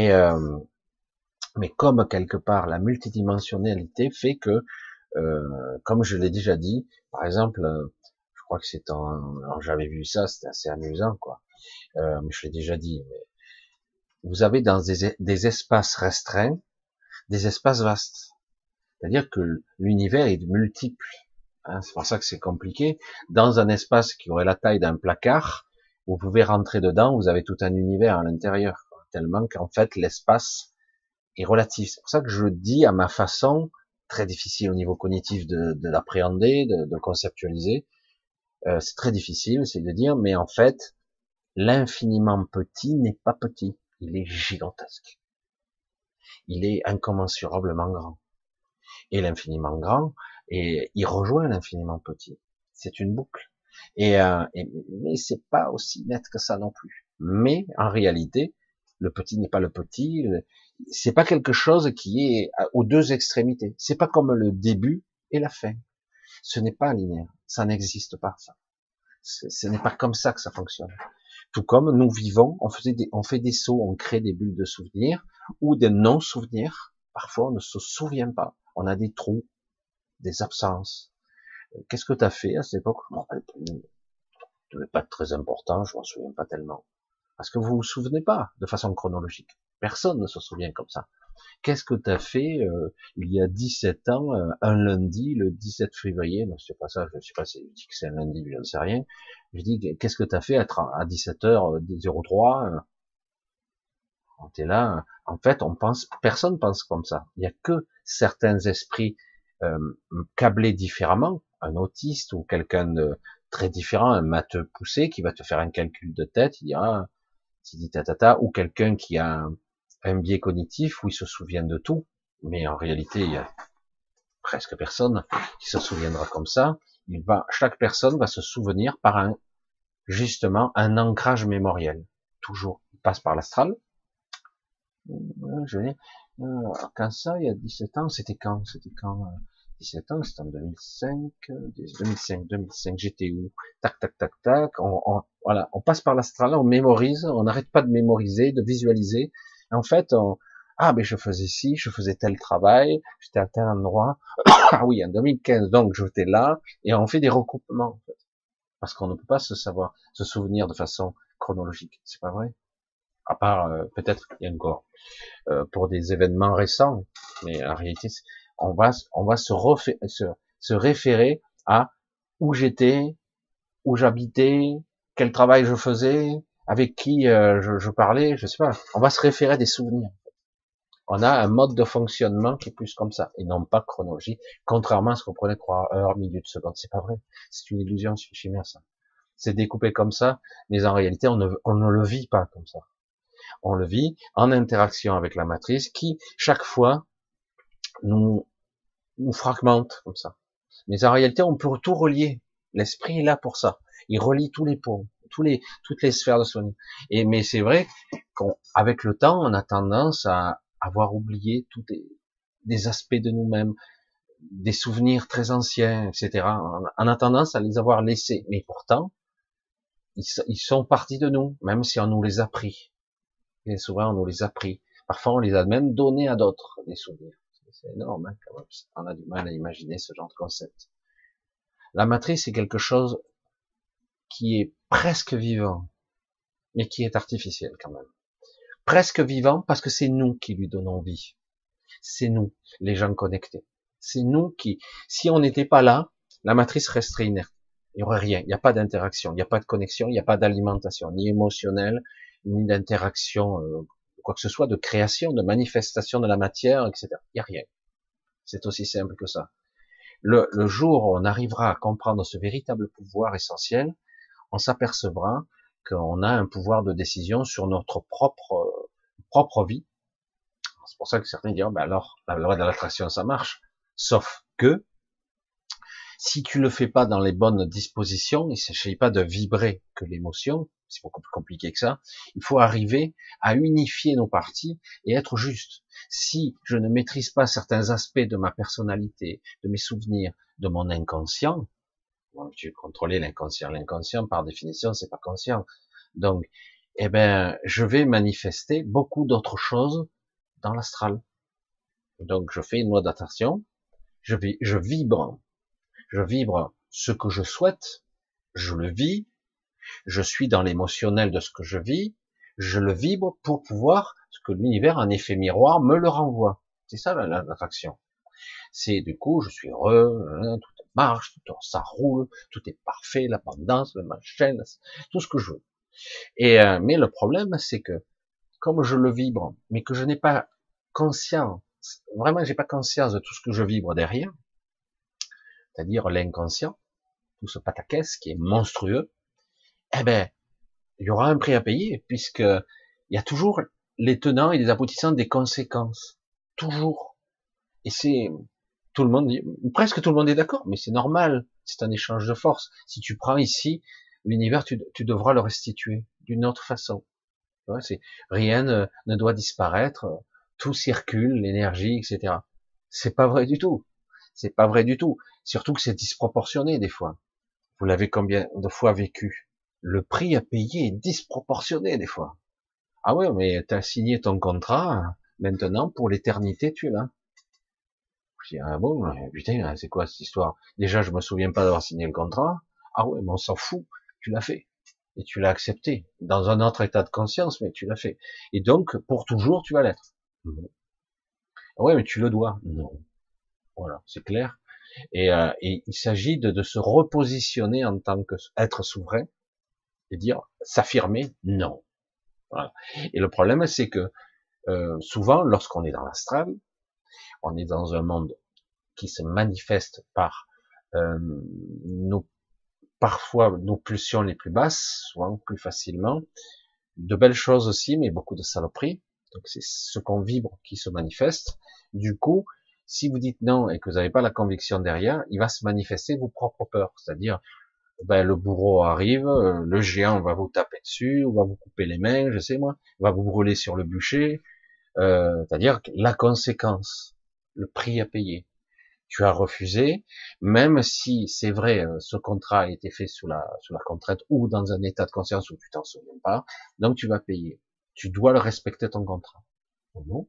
mais comme quelque part la multidimensionnalité fait que, comme je l'ai déjà dit, par exemple, je crois que alors j'avais vu ça, c'était assez amusant, quoi. Mais je l'ai déjà dit, mais vous avez dans des espaces restreints, des espaces vastes. C'est-à-dire que l'univers est multiple. Hein, c'est pour ça que c'est compliqué. Dans un espace qui aurait la taille d'un placard, vous pouvez rentrer dedans, vous avez tout un univers à l'intérieur, quoi, tellement qu'en fait l'espace est relatif. C'est pour ça que je dis à ma façon, très difficile au niveau cognitif de l'appréhender, de conceptualiser. C'est très difficile, c'est de dire, mais en fait, l'infiniment petit n'est pas petit, il est gigantesque. Il est incommensurablement grand. Et l'infiniment grand, et il rejoint l'infiniment petit. C'est une boucle. Mais c'est pas aussi net que ça non plus. Mais en réalité, le petit n'est pas le petit. C'est pas quelque chose qui est aux deux extrémités. C'est pas comme le début et la fin. Ce n'est pas linéaire. Ça n'existe pas, ça. Ce n'est pas comme ça que ça fonctionne. Tout comme nous vivons, on fait des sauts, on crée des bulles de souvenirs ou des non-souvenirs. Parfois, on ne se souvient pas. On a des trous, des absences. Qu'est-ce que tu as fait à cette époque? Je m'en rappelle plus. Ça devait pas être très important, je m'en souviens pas tellement. Parce que vous vous souvenez pas de façon chronologique. Personne ne se souvient comme ça. Qu'est-ce que tu as fait il y a 17 ans, un lundi, le 17 février, non, c'est pas ça, je sais pas si je dis que c'est un lundi, je ne sais rien. Je dis, qu'est-ce que tu as fait à 17h03, t'es là, en fait, personne pense comme ça. Il y a que certains esprits euh, câblés différemment, un autiste ou quelqu'un de très différent, un matheux poussé qui va te faire un calcul de tête, il dira, il dit tatata, ou quelqu'un qui a un biais cognitif où il se souvient de tout, mais en réalité, il y a presque personne qui se souviendra comme ça. Chaque personne va se souvenir par justement, un ancrage mémoriel. Toujours. Il passe par l'astral. Je vais, quand ça, il y a 17 ans, c'était quand? 17 ans, c'était en 2005, 2005, j'étais où? Tac, tac, tac, tac, voilà, on passe par l'astral, on mémorise, on n'arrête pas de mémoriser, de visualiser. En fait, mais je faisais ci, je faisais tel travail, j'étais à tel endroit. Ah oui, en 2015, donc j'étais là, et on fait des recoupements, en fait. Parce qu'on ne peut pas se souvenir de façon chronologique. C'est pas vrai. À part, peut-être, il y a encore, pour des événements récents, mais en réalité, on va se référer à où j'étais, où j'habitais, quel travail je faisais, avec qui je parlais, je sais pas. On va se référer à des souvenirs. On a un mode de fonctionnement qui est plus comme ça, et non pas chronologie, contrairement à ce qu'on prenait croire heure, minute, seconde. C'est pas vrai. C'est une illusion, c'est une chimère, ça. C'est découpé comme ça, mais en réalité, on ne le vit pas comme ça. On le vit en interaction avec la matrice qui, chaque fois, nous fragmente comme ça. Mais en réalité, on peut tout relier. L'esprit est là pour ça. Il relie tous les ponts, toutes les sphères de son. Mais c'est vrai qu'avec le temps, on a tendance à avoir oublié des aspects de nous-mêmes, des souvenirs très anciens, etc. On a tendance à les avoir laissés. Mais pourtant, ils sont partis de nous, même si on nous les a pris. Et souvent, on nous les a pris. Parfois, on les a même donnés à d'autres, des souvenirs. C'est énorme, hein, quand même. On a du mal à imaginer ce genre de concept. La matrice est quelque chose qui est presque vivant, mais qui est artificiel quand même. Presque vivant parce que c'est nous qui lui donnons vie. C'est nous, les gens connectés. C'est nous qui, si on n'était pas là, la matrice resterait inerte. Il n'y aurait rien. Il n'y a pas d'interaction, il n'y a pas de connexion, il n'y a pas d'alimentation, ni émotionnelle, ni d'interaction, quoi que ce soit, de création, de manifestation de la matière, etc. Il n'y a rien. C'est aussi simple que ça. Le jour où on arrivera à comprendre ce véritable pouvoir essentiel, on s'apercevra qu'on a un pouvoir de décision sur notre propre vie. C'est pour ça que certains diront, alors, la loi de l'attraction, ça marche. Sauf que, si tu le fais pas dans les bonnes dispositions, il ne s'agit pas de vibrer que l'émotion, c'est beaucoup plus compliqué que ça. Il faut arriver à unifier nos parties et être juste. Si je ne maîtrise pas certains aspects de ma personnalité, de mes souvenirs, de mon inconscient, tu veux contrôler l'inconscient. L'inconscient, par définition, c'est pas conscient. Donc, je vais manifester beaucoup d'autres choses dans l'astral. Donc, je fais une loi d'attraction. Je vibre ce que je souhaite, je le vis, je suis dans l'émotionnel de ce que je vis, je le vibre pour pouvoir, ce que l'univers, en effet miroir, me le renvoie. C'est ça l'attraction. C'est du coup, je suis heureux, tout marche, ça roule, tout est parfait, l'abondance, le machin, tout ce que je veux. Mais le problème, c'est que comme je le vibre, mais que je n'ai pas conscience, vraiment, j'ai pas conscience de tout ce que je vibre derrière, c'est-à-dire l'inconscient, tout ce pataquès qui est monstrueux, il y aura un prix à payer, puisque il y a toujours les tenants et les aboutissants des conséquences. Toujours. Et tout le monde presque tout le monde est d'accord, mais c'est normal. C'est un échange de force. Si tu prends ici, l'univers, tu devras le restituer d'une autre façon. Rien ne doit disparaître. Tout circule, l'énergie, etc. C'est pas vrai du tout. C'est pas vrai du tout. Surtout que c'est disproportionné des fois. Vous l'avez combien de fois vécu? Le prix à payer est disproportionné des fois. Ah ouais, mais tu as signé ton contrat, maintenant pour l'éternité tu es là. Je dis, ah bon, putain, c'est quoi cette histoire? Déjà, je me souviens pas d'avoir signé le contrat. Ah ouais, mais on s'en fout, tu l'as fait. et tu l'as accepté dans un autre état de conscience, mais tu l'as fait. Et donc, pour toujours, tu vas l'être. Ouais, mais tu le dois. Non. Voilà, c'est clair. Et il s'agit de se repositionner en tant qu'être souverain et dire, s'affirmer, non. Voilà. Et le problème, c'est que souvent, lorsqu'on est dans l'astral, on est dans un monde qui se manifeste par euh, nos, parfois nos pulsions les plus basses, souvent plus facilement, de belles choses aussi, mais beaucoup de saloperies. Donc c'est ce qu'on vibre qui se manifeste. Du coup, si vous dites non et que vous n'avez pas la conviction derrière, il va se manifester vos propres peurs. C'est-à-dire, ben, le bourreau arrive, le géant va vous taper dessus, ou va vous couper les mains, je sais moi, va vous brûler sur le bûcher. C'est-à-dire la conséquence, le prix à payer. Tu as refusé, même si c'est vrai, ce contrat a été fait sous la contrainte ou dans un état de conscience où tu t'en souviens pas, donc tu vas payer. Tu dois le respecter ton contrat. Non.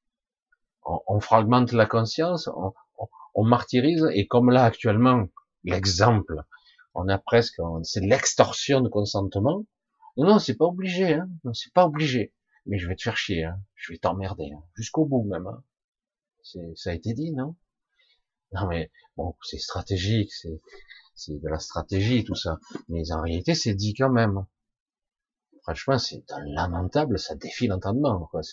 On fragmente la conscience, on martyrise, et comme là actuellement, l'exemple, on a presque, c'est l'extorsion de consentement. Non, non, c'est pas obligé, hein. Non, c'est pas obligé. Mais je vais te faire chier, hein. Je vais t'emmerder, hein. Jusqu'au bout même, hein. Ça a été dit, non? Non mais bon, c'est stratégique, c'est de la stratégie tout ça. Mais en réalité, c'est dit quand même. Franchement, c'est lamentable, ça défie l'entendement. Quoi.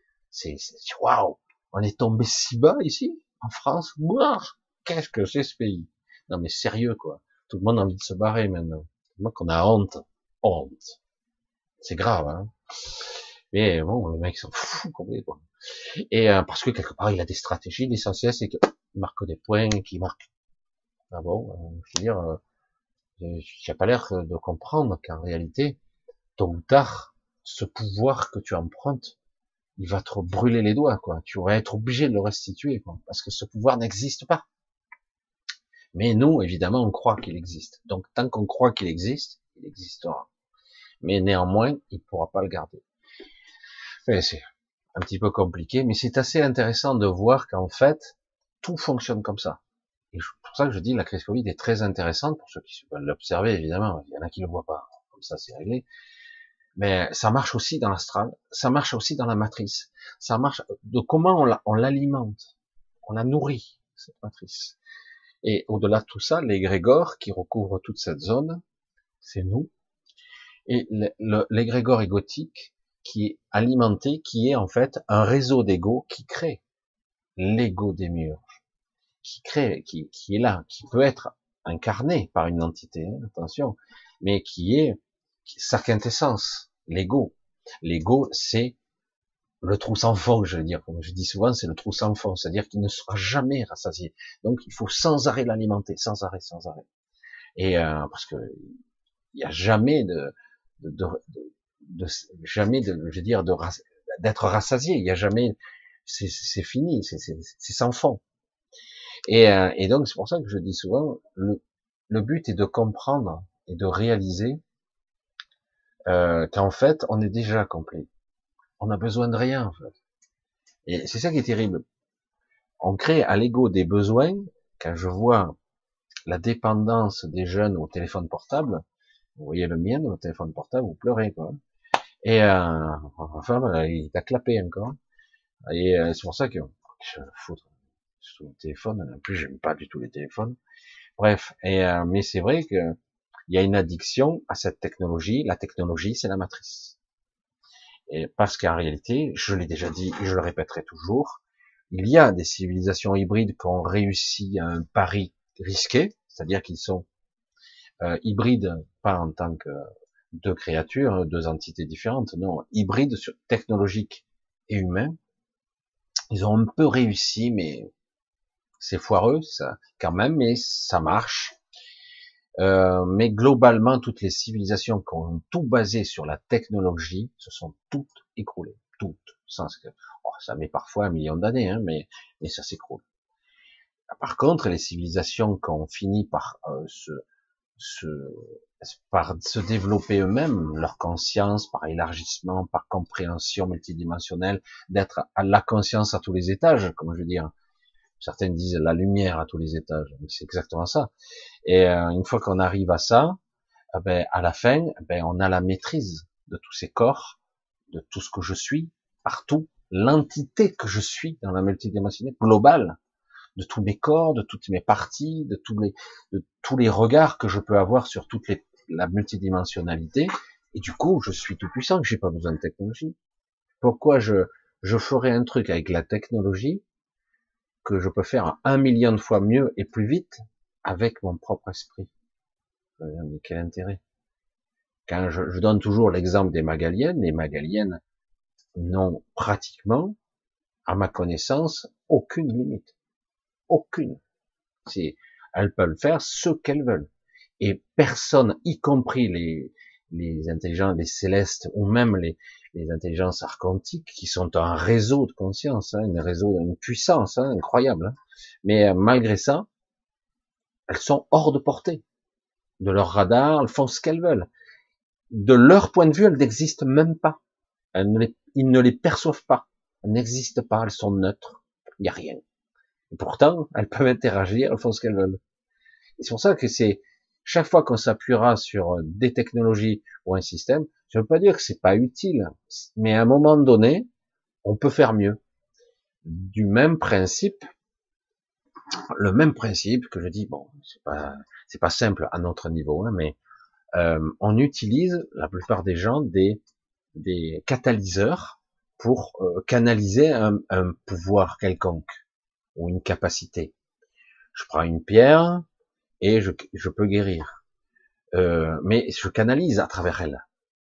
Waouh, on est tombé si bas ici, en France. Ouah, qu'est-ce que c'est ce pays? Non mais sérieux quoi. Tout le monde a envie de se barrer maintenant. Moi qu'on a honte, honte. C'est grave, hein. Mais bon, les mecs sont fous complètement. Et parce que quelque part, il a des stratégies. L'essentiel, c'est qu'il marque des points, qu'il marque. Ah bon, je veux dire, j'ai pas l'air de comprendre qu'en réalité, tôt ou tard, ce pouvoir que tu empruntes, il va te brûler les doigts, quoi. Tu vas être obligé de le restituer, quoi, parce que ce pouvoir n'existe pas. Mais nous, évidemment, on croit qu'il existe. Donc, tant qu'on croit qu'il existe, il existera. Mais néanmoins, il ne pourra pas le garder. Enfin, c'est un petit peu compliqué, mais c'est assez intéressant de voir qu'en fait, tout fonctionne comme ça. Et c'est pour ça que je dis la crise Covid est très intéressante pour ceux qui veulent l'observer, évidemment. Il y en a qui ne le voient pas. Comme ça, c'est réglé. Mais ça marche aussi dans l'astral, ça marche aussi dans la matrice. Ça marche de comment on l'alimente, on la nourrit, cette matrice. Et au-delà de tout ça, l'égrégore qui recouvre toute cette zone, c'est nous. Et l'égrégore égotique qui est alimenté, qui est en fait un réseau d'ego qui crée l'ego des murs, qui crée, qui est là, qui peut être incarné par une entité, hein, attention, mais qui est sa quintessence, l'ego. L'ego, c'est le trou sans fond, je veux dire. Comme je dis souvent, c'est le trou sans fond, c'est-à-dire qu'il ne sera jamais rassasié. Donc, il faut sans arrêt l'alimenter, sans arrêt, sans arrêt. Et parce que il n'y a jamais jamais de, je veux dire, d'être rassasié. Il n'y a jamais, c'est fini, c'est sans fond. Et donc, c'est pour ça que je dis souvent, le but est de comprendre et de réaliser qu'en fait, on est déjà complet. On n'a besoin de rien, en fait. Et c'est ça qui est terrible. On crée à l'ego des besoins. Quand je vois la dépendance des jeunes au téléphone portable, vous voyez le mien au téléphone portable, vous pleurez, quoi. Et enfin, voilà, il t'a clapé encore. Et c'est pour ça que je fous sur le téléphone. En plus, j'aime pas du tout les téléphones. Bref, mais c'est vrai que il y a une addiction à cette technologie. La technologie, c'est la matrice. Et parce qu'en réalité, je l'ai déjà dit et je le répéterai toujours, il y a des civilisations hybrides qui ont réussi un pari risqué, c'est-à-dire qu'ils sont hybrides, pas en tant que deux créatures, deux entités différentes, non, hybrides technologiques et humains. Ils ont un peu réussi, mais c'est foireux, ça, quand même, mais ça marche. Mais globalement, toutes les civilisations qui ont tout basé sur la technologie se sont toutes écroulées, toutes. Ça met parfois 1 million d'années, hein, mais ça s'écroule. Par contre, les civilisations qui ont fini par par se développer eux-mêmes, leur conscience, par élargissement, par compréhension multidimensionnelle, d'être à la conscience à tous les étages, comme je veux dire. Certains disent la lumière à tous les étages, c'est exactement ça. Et une fois qu'on arrive à ça, à la fin, on a la maîtrise de tous ces corps, de tout ce que je suis, partout, l'entité que je suis dans la multidimensionnalité globale, de tous mes corps, de toutes mes parties, de tous les regards que je peux avoir sur la multidimensionnalité. Et du coup, je suis tout puissant, j'ai pas besoin de technologie. Pourquoi je ferais un truc avec la technologie que je peux faire 1 million de fois mieux et plus vite avec mon propre esprit? Mais quel intérêt? Quand je donne toujours l'exemple des Magaliennes, les Magaliennes n'ont pratiquement, à ma connaissance, aucune limite. Aucune. Elles peuvent faire ce qu'elles veulent. Et personne, y compris les intelligences, les célestes, ou même les intelligences archontiques, qui sont un réseau de conscience, une puissance incroyable. Mais malgré ça, elles sont hors de portée de leur radar, elles font ce qu'elles veulent. De leur point de vue, elles n'existent même pas. Ils ne les perçoivent pas. Elles n'existent pas, elles sont neutres. Il n'y a rien. Et pourtant, elles peuvent interagir, elles font ce qu'elles veulent. Et c'est pour ça que chaque fois qu'on s'appuiera sur des technologies ou un système, je ne veux pas dire que c'est pas utile, mais à un moment donné, on peut faire mieux. Du même principe, le même principe que je dis, bon, c'est pas simple à notre niveau, mais on utilise, la plupart des gens, des catalyseurs pour canaliser un pouvoir quelconque ou une capacité. Je prends une pierre et je peux guérir, mais je canalise à travers elle.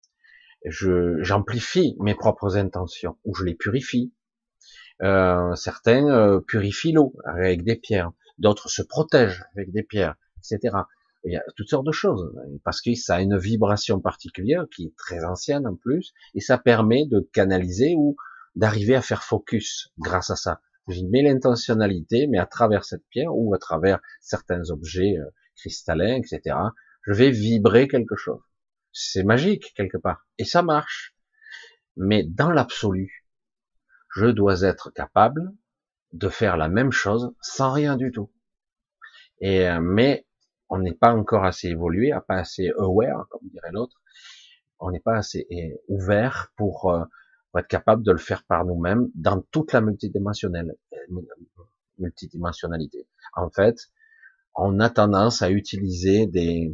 J'amplifie mes propres intentions ou je les purifie. Certains purifient l'eau avec des pierres, d'autres se protègent avec des pierres, etc. Il y a toutes sortes de choses, parce que ça a une vibration particulière qui est très ancienne en plus, et ça permet de canaliser ou d'arriver à faire focus grâce à ça. J'y mets l'intentionnalité, mais à travers cette pierre ou à travers certains objets cristallins, etc., je vais vibrer quelque chose. C'est magique quelque part, et ça marche. Mais dans l'absolu, je dois être capable de faire la même chose sans rien du tout. Mais on n'est pas encore assez évolué, pas assez aware, comme dirait l'autre. On n'est pas assez ouvert pour être capable de le faire par nous-mêmes dans toute la multidimensionnalité. En fait, on a tendance à utiliser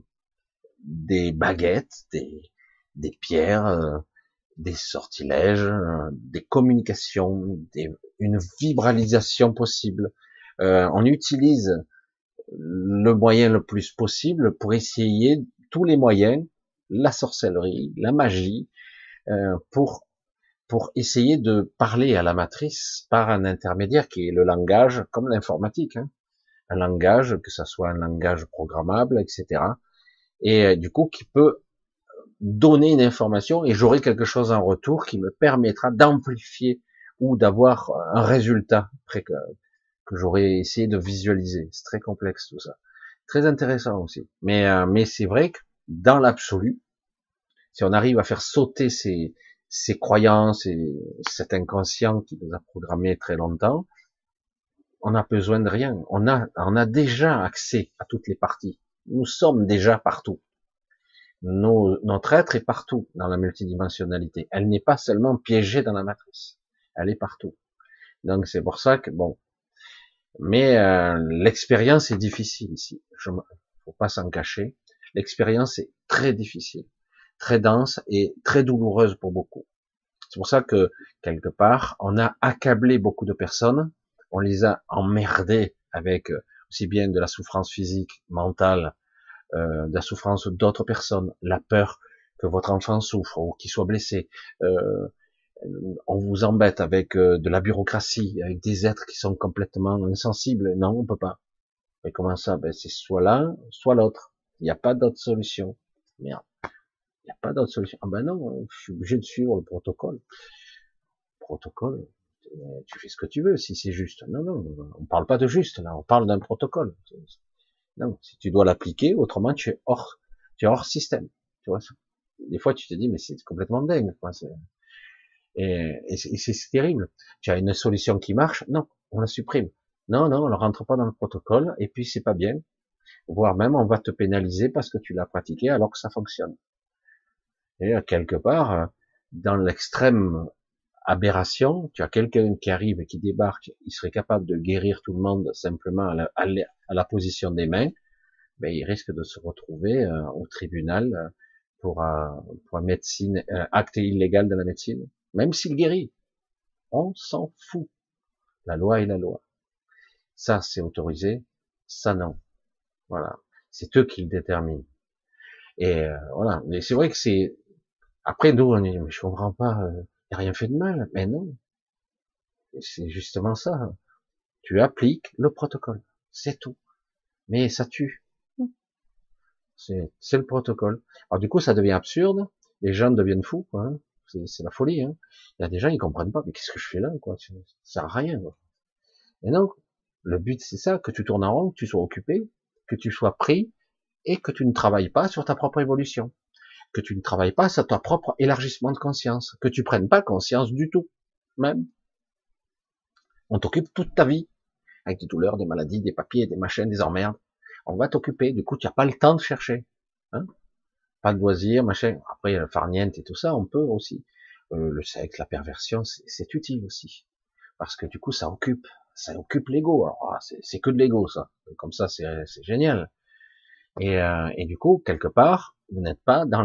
des baguettes, des pierres, des sortilèges, des communications, une vibralisation possible. On utilise le moyen le plus possible pour essayer tous les moyens, la sorcellerie, la magie, pour essayer de parler à la matrice par un intermédiaire qui est le langage, comme l'informatique, un langage, que ça soit un langage programmable, etc. Et du coup, qui peut donner une information et j'aurai quelque chose en retour qui me permettra d'amplifier ou d'avoir un résultat que j'aurais essayé de visualiser. C'est très complexe tout ça. Très intéressant aussi. Mais c'est vrai que dans l'absolu, si on arrive à faire sauter ces croyances et cet inconscient qui nous a programmé très longtemps, on n'a besoin de rien. On a déjà accès à toutes les parties. Nous sommes déjà partout. Notre être est partout dans la multidimensionnalité. Elle n'est pas seulement piégée dans la matrice. Elle est partout. Donc c'est pour ça que bon. Mais l'expérience est difficile ici. Faut pas s'en cacher. L'expérience est très difficile, très dense et très douloureuse pour beaucoup. C'est pour ça que quelque part, on a accablé beaucoup de personnes. On les a emmerdés avec aussi bien de la souffrance physique, mentale, de la souffrance d'autres personnes, la peur que votre enfant souffre ou qu'il soit blessé. On vous embête avec de la bureaucratie, avec des êtres qui sont complètement insensibles. Non, on peut pas. Mais comment ça? Ben, c'est soit l'un, soit l'autre. Il n'y a pas d'autre solution. Merde. Il n'y a pas d'autre solution. Ah ben non, je suis obligé de suivre le protocole. Protocole, tu fais ce que tu veux si c'est juste. Non, non, on parle pas de juste, là, on parle d'un protocole. Non, si tu dois l'appliquer, autrement tu es hors système. Tu vois ça. Des fois tu te dis mais c'est complètement dingue. Quoi. Et c'est terrible. Tu as une solution qui marche, non, on la supprime. Non, non, on ne rentre pas dans le protocole, et puis c'est pas bien. voire même on va te pénaliser parce que tu l'as pratiqué alors que ça fonctionne. Et quelque part, dans l'extrême aberration, tu as quelqu'un qui arrive et qui débarque, il serait capable de guérir tout le monde simplement à la position des mains, ben, il risque de se retrouver au tribunal pour un médecine, acte illégal de la médecine, même s'il guérit. On s'en fout. La loi est la loi. Ça, c'est autorisé. Ça, non. Voilà. C'est eux qui le déterminent. Et voilà. Mais c'est vrai que c'est... Après, nous, on dit, mais je comprends pas, il n'y a rien fait de mal. Mais non. C'est justement ça. Tu appliques le protocole. C'est tout. Mais ça tue. C'est le protocole. Alors du coup, ça devient absurde. Les gens deviennent fous, quoi, hein. C'est la folie, hein. Il y a des gens, ils comprennent pas. Mais qu'est-ce que je fais là, quoi? Ça sert à rien, quoi. Et non. Le but, c'est ça, que tu tournes en rond, que tu sois occupé, que tu sois pris, et que tu ne travailles pas sur ta propre évolution. Que tu ne travailles pas sur ton propre élargissement de conscience. Que tu prennes pas conscience du tout. Même. On t'occupe toute ta vie. Avec des douleurs, des maladies, des papiers, des machins, des emmerdes. On va t'occuper. Du coup, tu n'as pas le temps de chercher. Hein, pas de loisirs, machin. Après, le farniente et tout ça, on peut aussi. Le sexe, la perversion, c'est utile aussi. Parce que du coup, ça occupe l'ego. Alors, c'est que de l'ego, ça. Comme ça, c'est génial. Et du coup, quelque part, vous n'êtes pas dans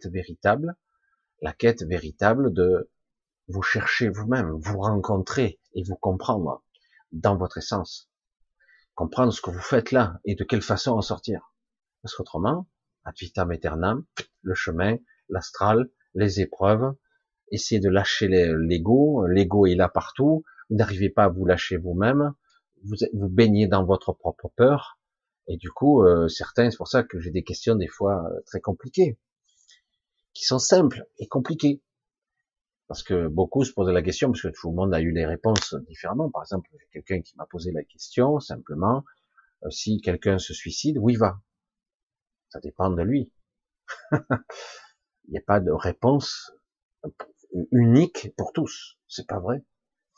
la quête véritable de vous chercher vous-même, vous rencontrer et vous comprendre dans votre essence. Comprendre ce que vous faites là et de quelle façon en sortir. Parce qu'autrement, ad vitam aeternam, le chemin, l'astral, les épreuves, essayez de lâcher l'ego, l'ego est là partout, vous n'arrivez pas à vous lâcher vous-même, vous baignez dans votre propre peur, et du coup, certains, c'est pour ça que j'ai des questions des fois très compliquées, qui sont simples et compliquées. Parce que beaucoup se posent la question, parce que tout le monde a eu les réponses différemment. Par exemple, j'ai quelqu'un qui m'a posé la question, simplement, si quelqu'un se suicide, où il va? Ça dépend de lui. Il n'y a pas de réponse unique pour tous. C'est pas vrai.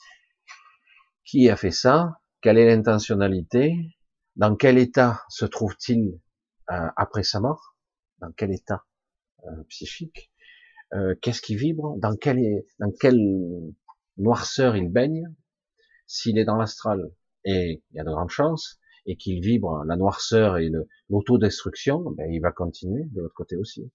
Qui a fait ça? Quelle est l'intentionnalité? Dans quel état se trouve-t-il après sa mort? Dans quel état psychique? Qu'est-ce qui vibre? Dans quelle noirceur il baigne? S'il est dans l'astral, et il y a de grandes chances, et qu'il vibre la noirceur et l'autodestruction, ben, il va continuer de l'autre côté aussi.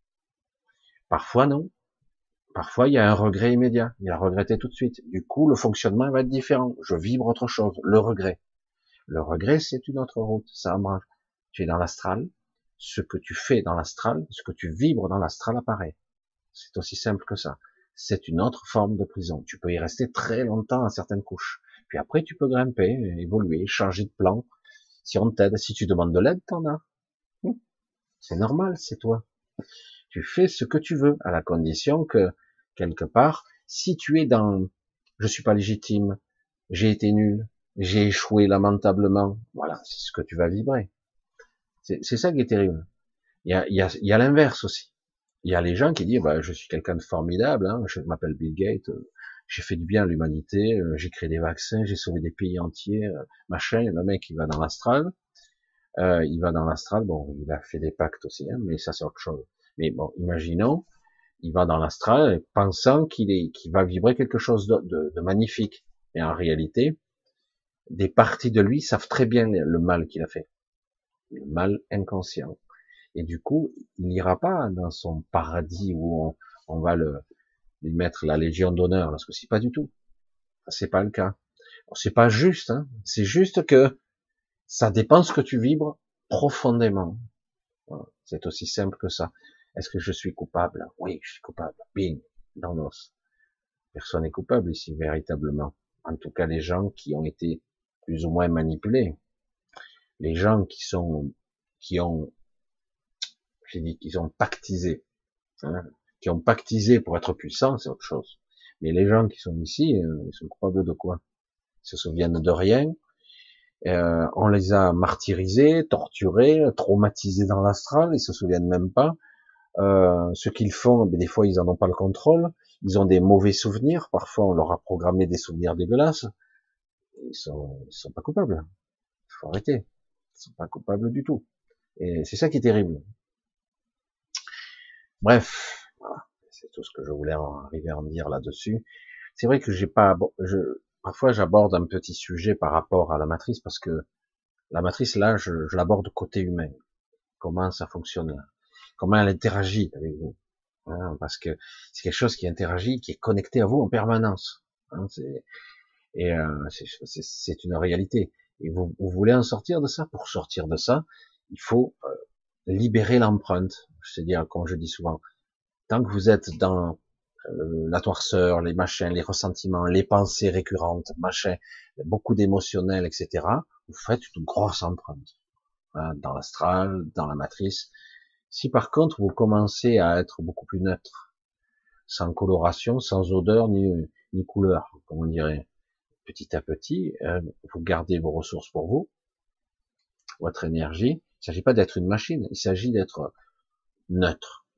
Parfois non. Parfois, il y a un regret immédiat. Il a regretté tout de suite. Du coup, le fonctionnement va être différent. Je vibre autre chose. Le regret. Le regret, c'est une autre route. Ça marche. Tu es dans l'astral. Ce que tu fais dans l'astral, ce que tu vibres dans l'astral apparaît. C'est aussi simple que ça. C'est une autre forme de prison. Tu peux y rester très longtemps à certaines couches. Puis après, tu peux grimper, évoluer, changer de plan. Si on t'aide, si tu demandes de l'aide, t'en as. C'est normal, c'est toi. Tu fais ce que tu veux, à la condition que, quelque part, si tu es dans je suis pas légitime, j'ai été nul, j'ai échoué lamentablement, voilà, c'est ce que tu vas vibrer. C'est ça qui est terrible. Il y a l'inverse aussi. Il y a les gens qui disent, bah, je suis quelqu'un de formidable, hein, je m'appelle Bill Gates, j'ai fait du bien à l'humanité, j'ai créé des vaccins, j'ai sauvé des pays entiers, machin. Le mec, il va dans l'astral, bon, il a fait des pactes aussi, hein, mais ça c'est autre chose. Mais bon, imaginons, il va dans l'astral pensant qu'il va vibrer quelque chose de magnifique. Et en réalité, des parties de lui savent très bien le mal qu'il a fait. Le mal inconscient. Et du coup, il n'ira pas dans son paradis où on va lui mettre la légion d'honneur, parce que c'est pas du tout. C'est pas le cas. C'est pas juste, hein. C'est juste que ça dépend ce que tu vibres profondément. Voilà. C'est aussi simple que ça. Est-ce que je suis coupable? Oui, je suis coupable. Bing, dans l'os. Personne n'est coupable ici, véritablement. En tout cas, les gens qui ont été plus ou moins manipulés. Les gens qui ont, j'ai dit qu'ils ont pactisé, hein, qui ont pactisé pour être puissants, c'est autre chose. Mais les gens qui sont ici, ils sont coupables de quoi? Ils se souviennent de rien. On les a martyrisés, torturés, traumatisés dans l'astral, ils se souviennent même pas. Ce qu'ils font, des fois ils en ont pas le contrôle. Ils ont des mauvais souvenirs. Parfois on leur a programmé des souvenirs dégueulasses. Ils sont pas coupables. Il faut arrêter. Ils sont pas coupables du tout. Et c'est ça qui est terrible. Bref, voilà. C'est tout ce que je voulais arriver à en dire là-dessus. C'est vrai que j'ai pas, parfois j'aborde un petit sujet par rapport à la matrice parce que la matrice là, je l'aborde côté humain. Comment ça fonctionne là? Comment elle interagit avec vous? Hein, parce que c'est quelque chose qui interagit, qui est connecté à vous en permanence. Hein, c'est une réalité. Et vous voulez en sortir de ça? Pour sortir de ça, il faut libérer l'empreinte. C'est-à-dire, comme je dis souvent, tant que vous êtes dans la noirceur, les machins, les ressentiments, les pensées récurrentes, machin, beaucoup d'émotionnel, etc., vous faites une grosse empreinte hein, dans l'astral, dans la matrice. Si par contre vous commencez à être beaucoup plus neutre, sans coloration, sans odeur ni couleur, comme on dirait, petit à petit, vous gardez vos ressources pour vous, votre énergie. Il ne s'agit pas d'être une machine, il s'agit d'être neutre.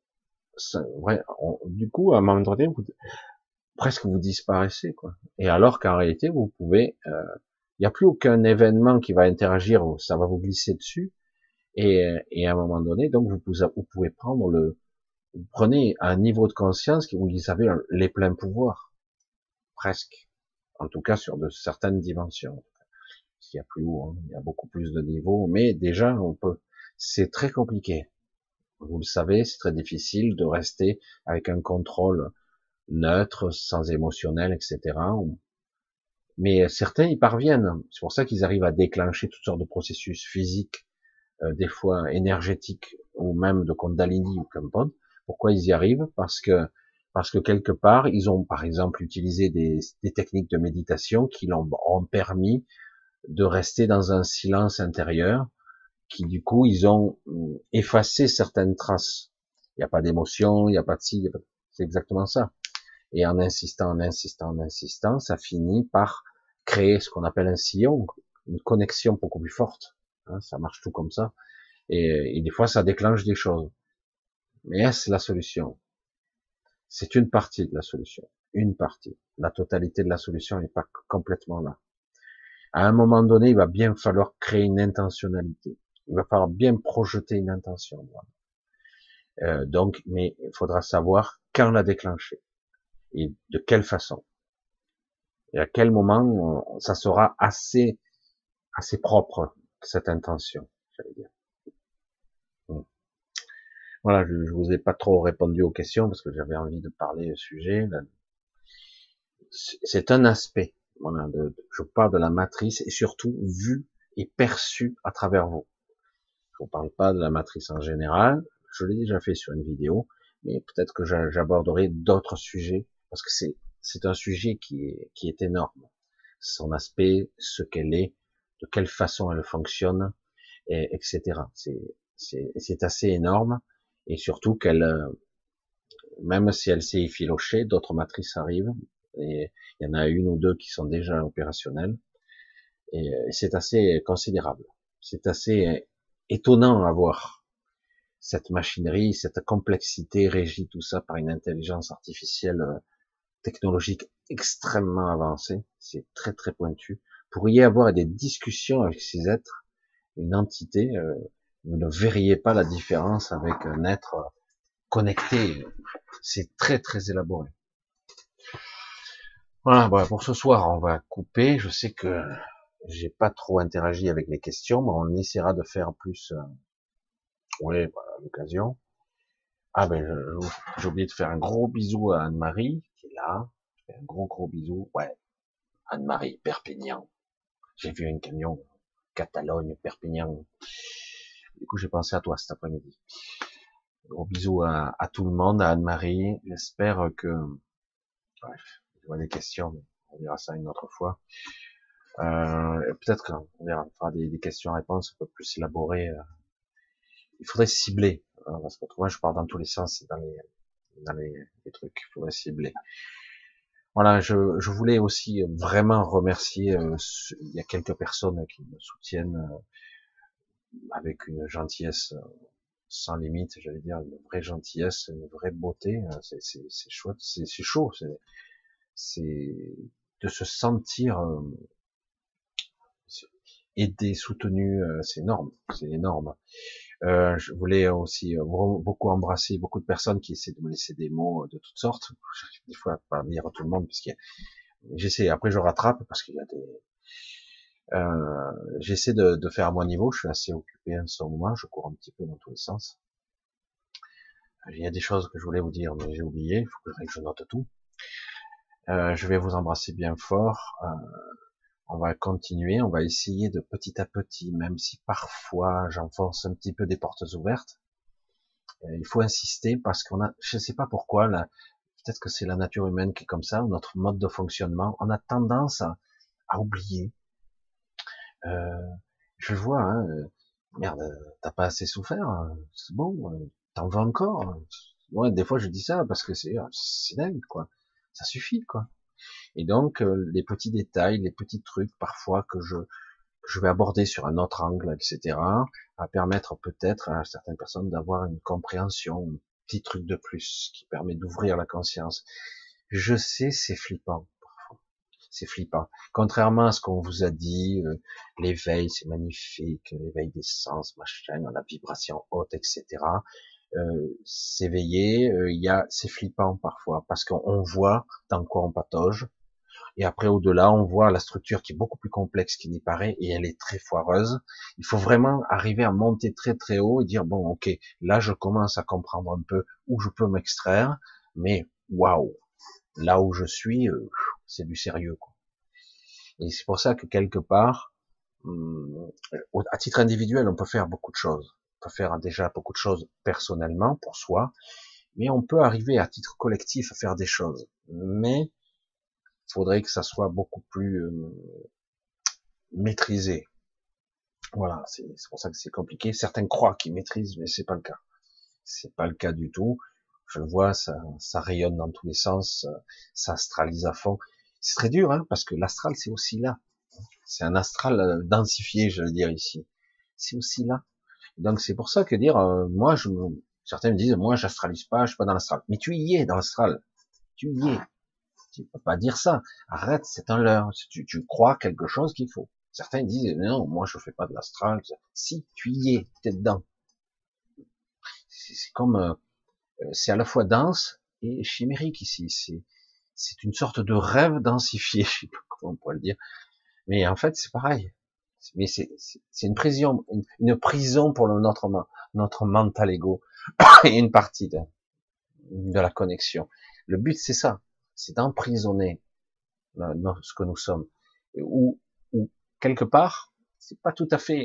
Du coup, à un moment donné, presque vous disparaissez, quoi. Et alors qu'en réalité, vous pouvez, il n'y a plus aucun événement qui va interagir, ça va vous glisser dessus, et à un moment donné, donc vous pouvez prendre vous prenez un niveau de conscience où vous avez les pleins pouvoirs, presque. En tout cas, sur de certaines dimensions. Il y a plus haut, hein, il y a beaucoup plus de niveaux, mais déjà, c'est très compliqué. Vous le savez, c'est très difficile de rester avec un contrôle neutre, sans émotionnel, etc. Mais certains y parviennent. C'est pour ça qu'ils arrivent à déclencher toutes sortes de processus physiques, des fois énergétiques ou même de Kundalini ou qu'importe. Pourquoi ils y arrivent? Parce que quelque part, ils ont par exemple utilisé des techniques de méditation qui leur ont permis de rester dans un silence intérieur, qui du coup ils ont effacé certaines traces. Il n'y a pas d'émotion, il n'y a pas de ci, c'est exactement ça. Et en insistant, en insistant, en insistant, ça finit par créer ce qu'on appelle un sillon, une connexion beaucoup plus forte. Hein, ça marche tout comme ça. Et des fois, ça déclenche des choses. Mais est-ce la solution? C'est une partie de la solution. Une partie. La totalité de la solution n'est pas complètement là. À un moment donné, il va bien falloir créer une intentionnalité. Il va falloir bien projeter une intention. Donc, mais il faudra savoir quand la déclencher et de quelle façon. Et à quel moment ça sera assez propre, cette intention, j'allais dire. Voilà, je vous ai pas trop répondu aux questions parce que j'avais envie de parler au sujet. C'est un aspect. Voilà, je parle de la matrice et surtout vu et perçu à travers vous. Je vous parle pas de la matrice en général. Je l'ai déjà fait sur une vidéo, mais peut-être que j'aborderai d'autres sujets parce que c'est un sujet qui est énorme. Son aspect, ce qu'elle est, de quelle façon elle fonctionne, etc. C'est assez énorme et surtout même si elle s'est effilochée, d'autres matrices arrivent et il y en a une ou deux qui sont déjà opérationnelles et c'est assez considérable. C'est assez étonnant à voir cette machinerie, cette complexité régie tout ça par une intelligence artificielle technologique extrêmement avancée. C'est très très pointu. Pour y avoir des discussions avec ces êtres, une entité, vous ne verriez pas la différence avec un être connecté. C'est très très élaboré. Voilà, bon, pour ce soir, on va couper. Je sais que j'ai pas trop interagi avec les questions, mais on essaiera de faire plus. Oui, bah, à l'occasion. Ah ben, j'ai oublié de faire un gros bisou à Anne-Marie qui est là. Je fais un gros gros bisou. Ouais, Anne-Marie, Perpignan. J'ai vu un camion Catalogne, Perpignan. Du coup, j'ai pensé à toi cet après-midi. Gros bisous à tout le monde, à Anne-Marie. J'espère que, bref, je vois des questions, mais on verra ça une autre fois. Peut-être qu'on verra, on fera des questions-réponses un peu plus élaborées. Il faudrait cibler, hein, parce qu'autrement je pars dans tous les sens dans les trucs. Il faudrait cibler. Voilà, je voulais aussi vraiment remercier. Il y a quelques personnes qui me soutiennent avec une gentillesse sans limite, j'allais dire une vraie gentillesse, une vraie beauté. C'est chouette, c'est chaud, c'est de se sentir aidé, soutenu, c'est énorme, c'est énorme. Je voulais aussi beaucoup embrasser beaucoup de personnes qui essaient de me laisser des mots de toutes sortes. J'arrive des fois à pas lire à tout le monde parce que j'essaie. Après, je rattrape parce qu'il y a des. J'essaie de faire à mon niveau. Je suis assez occupé en ce moment. Je cours un petit peu dans tous les sens. Il y a des choses que je voulais vous dire, mais j'ai oublié. Il faut que je note tout. Je vais vous embrasser bien fort. On va continuer. On va essayer de petit à petit, même si parfois j'enfonce un petit peu des portes ouvertes. Il faut insister parce qu'on a, je ne sais pas pourquoi, là, peut-être que c'est la nature humaine qui est comme ça, notre mode de fonctionnement. On a tendance à oublier. Euh, je vois, hein, merde, t'as pas assez souffert, c'est bon, t'en veux encore. Ouais, des fois je dis ça parce que c'est dingue, quoi. Ça suffit, quoi. Et donc les petits détails, les petits trucs parfois que je vais aborder sur un autre angle, etc., va permettre peut-être à certaines personnes d'avoir une compréhension, un petit truc de plus qui permet d'ouvrir la conscience. Je sais, c'est flippant. C'est flippant. Contrairement à ce qu'on vous a dit, l'éveil c'est magnifique, l'éveil des sens, machin, la vibration haute, etc. S'éveiller, c'est flippant parfois parce qu'on voit dans quoi on patauge. Et après, au-delà, on voit la structure qui est beaucoup plus complexe qu'il n'y paraît et elle est très foireuse. Il faut vraiment arriver à monter très très haut et dire, bon, ok, là, je commence à comprendre un peu où je peux m'extraire, mais waouh, là où je suis, c'est du sérieux, quoi. Et c'est pour ça que quelque part, à titre individuel, on peut faire beaucoup de choses. On peut faire déjà beaucoup de choses personnellement pour soi, mais on peut arriver à titre collectif à faire des choses. Mais il faudrait que ça soit beaucoup plus maîtrisé. Voilà, c'est pour ça que c'est compliqué. Certains croient qu'ils maîtrisent, mais c'est pas le cas. C'est pas le cas du tout. Je le vois, ça rayonne dans tous les sens, ça astralise à fond. C'est très dur, hein, parce que l'astral, c'est aussi là. C'est un astral densifié, je veux dire ici. C'est aussi là. Donc c'est pour ça que dire, certains me disent, moi j'astralise pas, je suis pas dans l'astral. Mais tu y es dans l'astral. Tu y es. Tu peux pas dire ça. Arrête, c'est un leurre. Tu crois quelque chose qu'il faut. Certains disent, non, moi je fais pas de l'astral. Si, tu y es, t'es dedans. C'est comme, c'est à la fois dense et chimérique ici. C'est une sorte de rêve densifié, je sais pas comment on pourrait le dire. Mais en fait, c'est pareil. Mais c'est une prison, une prison pour notre mental ego et une partie de la connexion. Le but, c'est ça. C'est d'emprisonner ce que nous sommes. Ou quelque part, c'est pas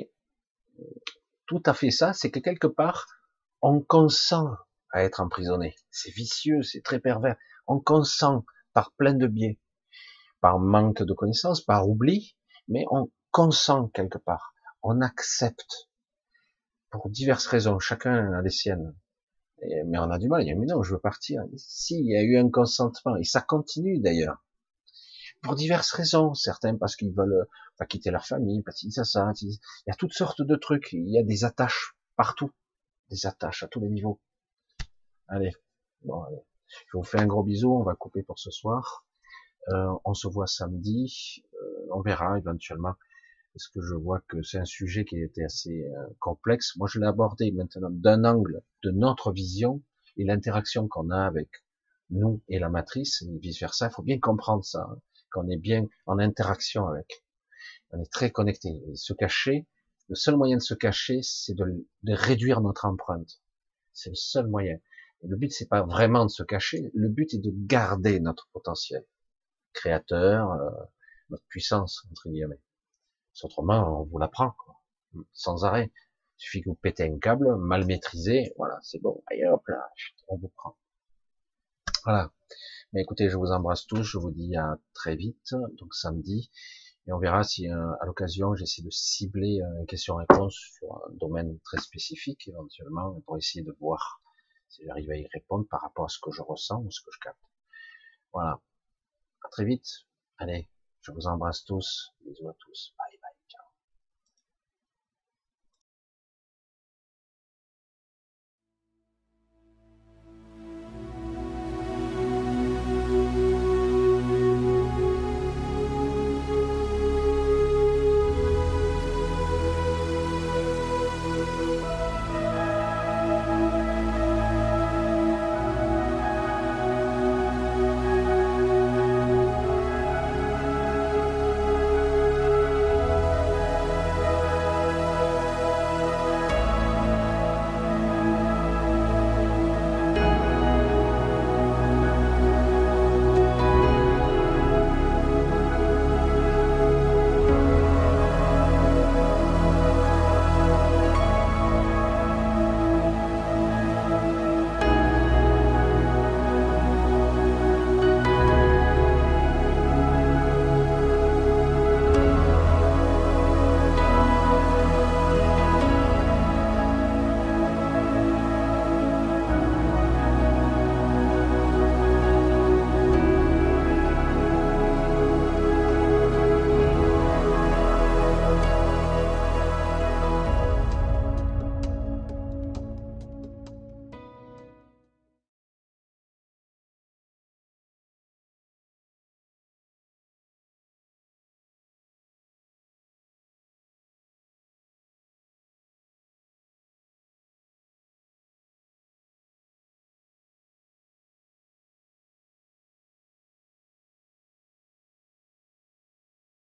tout à fait ça, c'est que quelque part, on consent à être emprisonné. C'est vicieux, c'est très pervers. On consent par plein de biais, par manque de connaissances, par oubli, mais on consent quelque part. On accepte pour diverses raisons. Chacun a les siennes. Mais on a du mal. Il y a, mais non, je veux partir. Si, il y a eu un consentement et ça continue d'ailleurs. Pour diverses raisons. Certains parce qu'ils veulent pas quitter leur famille, parce qu'ils ça. Il y a toutes sortes de trucs. Il y a des attaches partout. Des attaches à tous les niveaux. Allez. Bon, allez. Je vous fais un gros bisou. On va couper pour ce soir. On se voit samedi. On verra éventuellement. Parce que je vois que c'est un sujet qui était assez complexe. Moi, je l'ai abordé maintenant d'un angle de notre vision et l'interaction qu'on a avec nous et la matrice, et vice versa. Il faut bien comprendre ça, hein, qu'on est bien en interaction avec. On est très connecté. Et se cacher, le seul moyen de se cacher, c'est de réduire notre empreinte. C'est le seul moyen. Et le but, c'est pas vraiment de se cacher. Le but est de garder notre potentiel créateur, notre puissance entre guillemets. Autrement, on vous l'apprend, quoi. Sans arrêt. Il suffit que vous pétez un câble, mal maîtrisé, voilà, c'est bon. Allez hop là, on vous prend. Voilà. Mais écoutez, je vous embrasse tous, je vous dis à très vite, donc samedi, et on verra si à l'occasion j'essaie de cibler une question-réponse sur un domaine très spécifique éventuellement, pour essayer de voir si j'arrive à y répondre par rapport à ce que je ressens ou ce que je capte. Voilà. À très vite. Allez, je vous embrasse tous. Bisous à tous. Bye.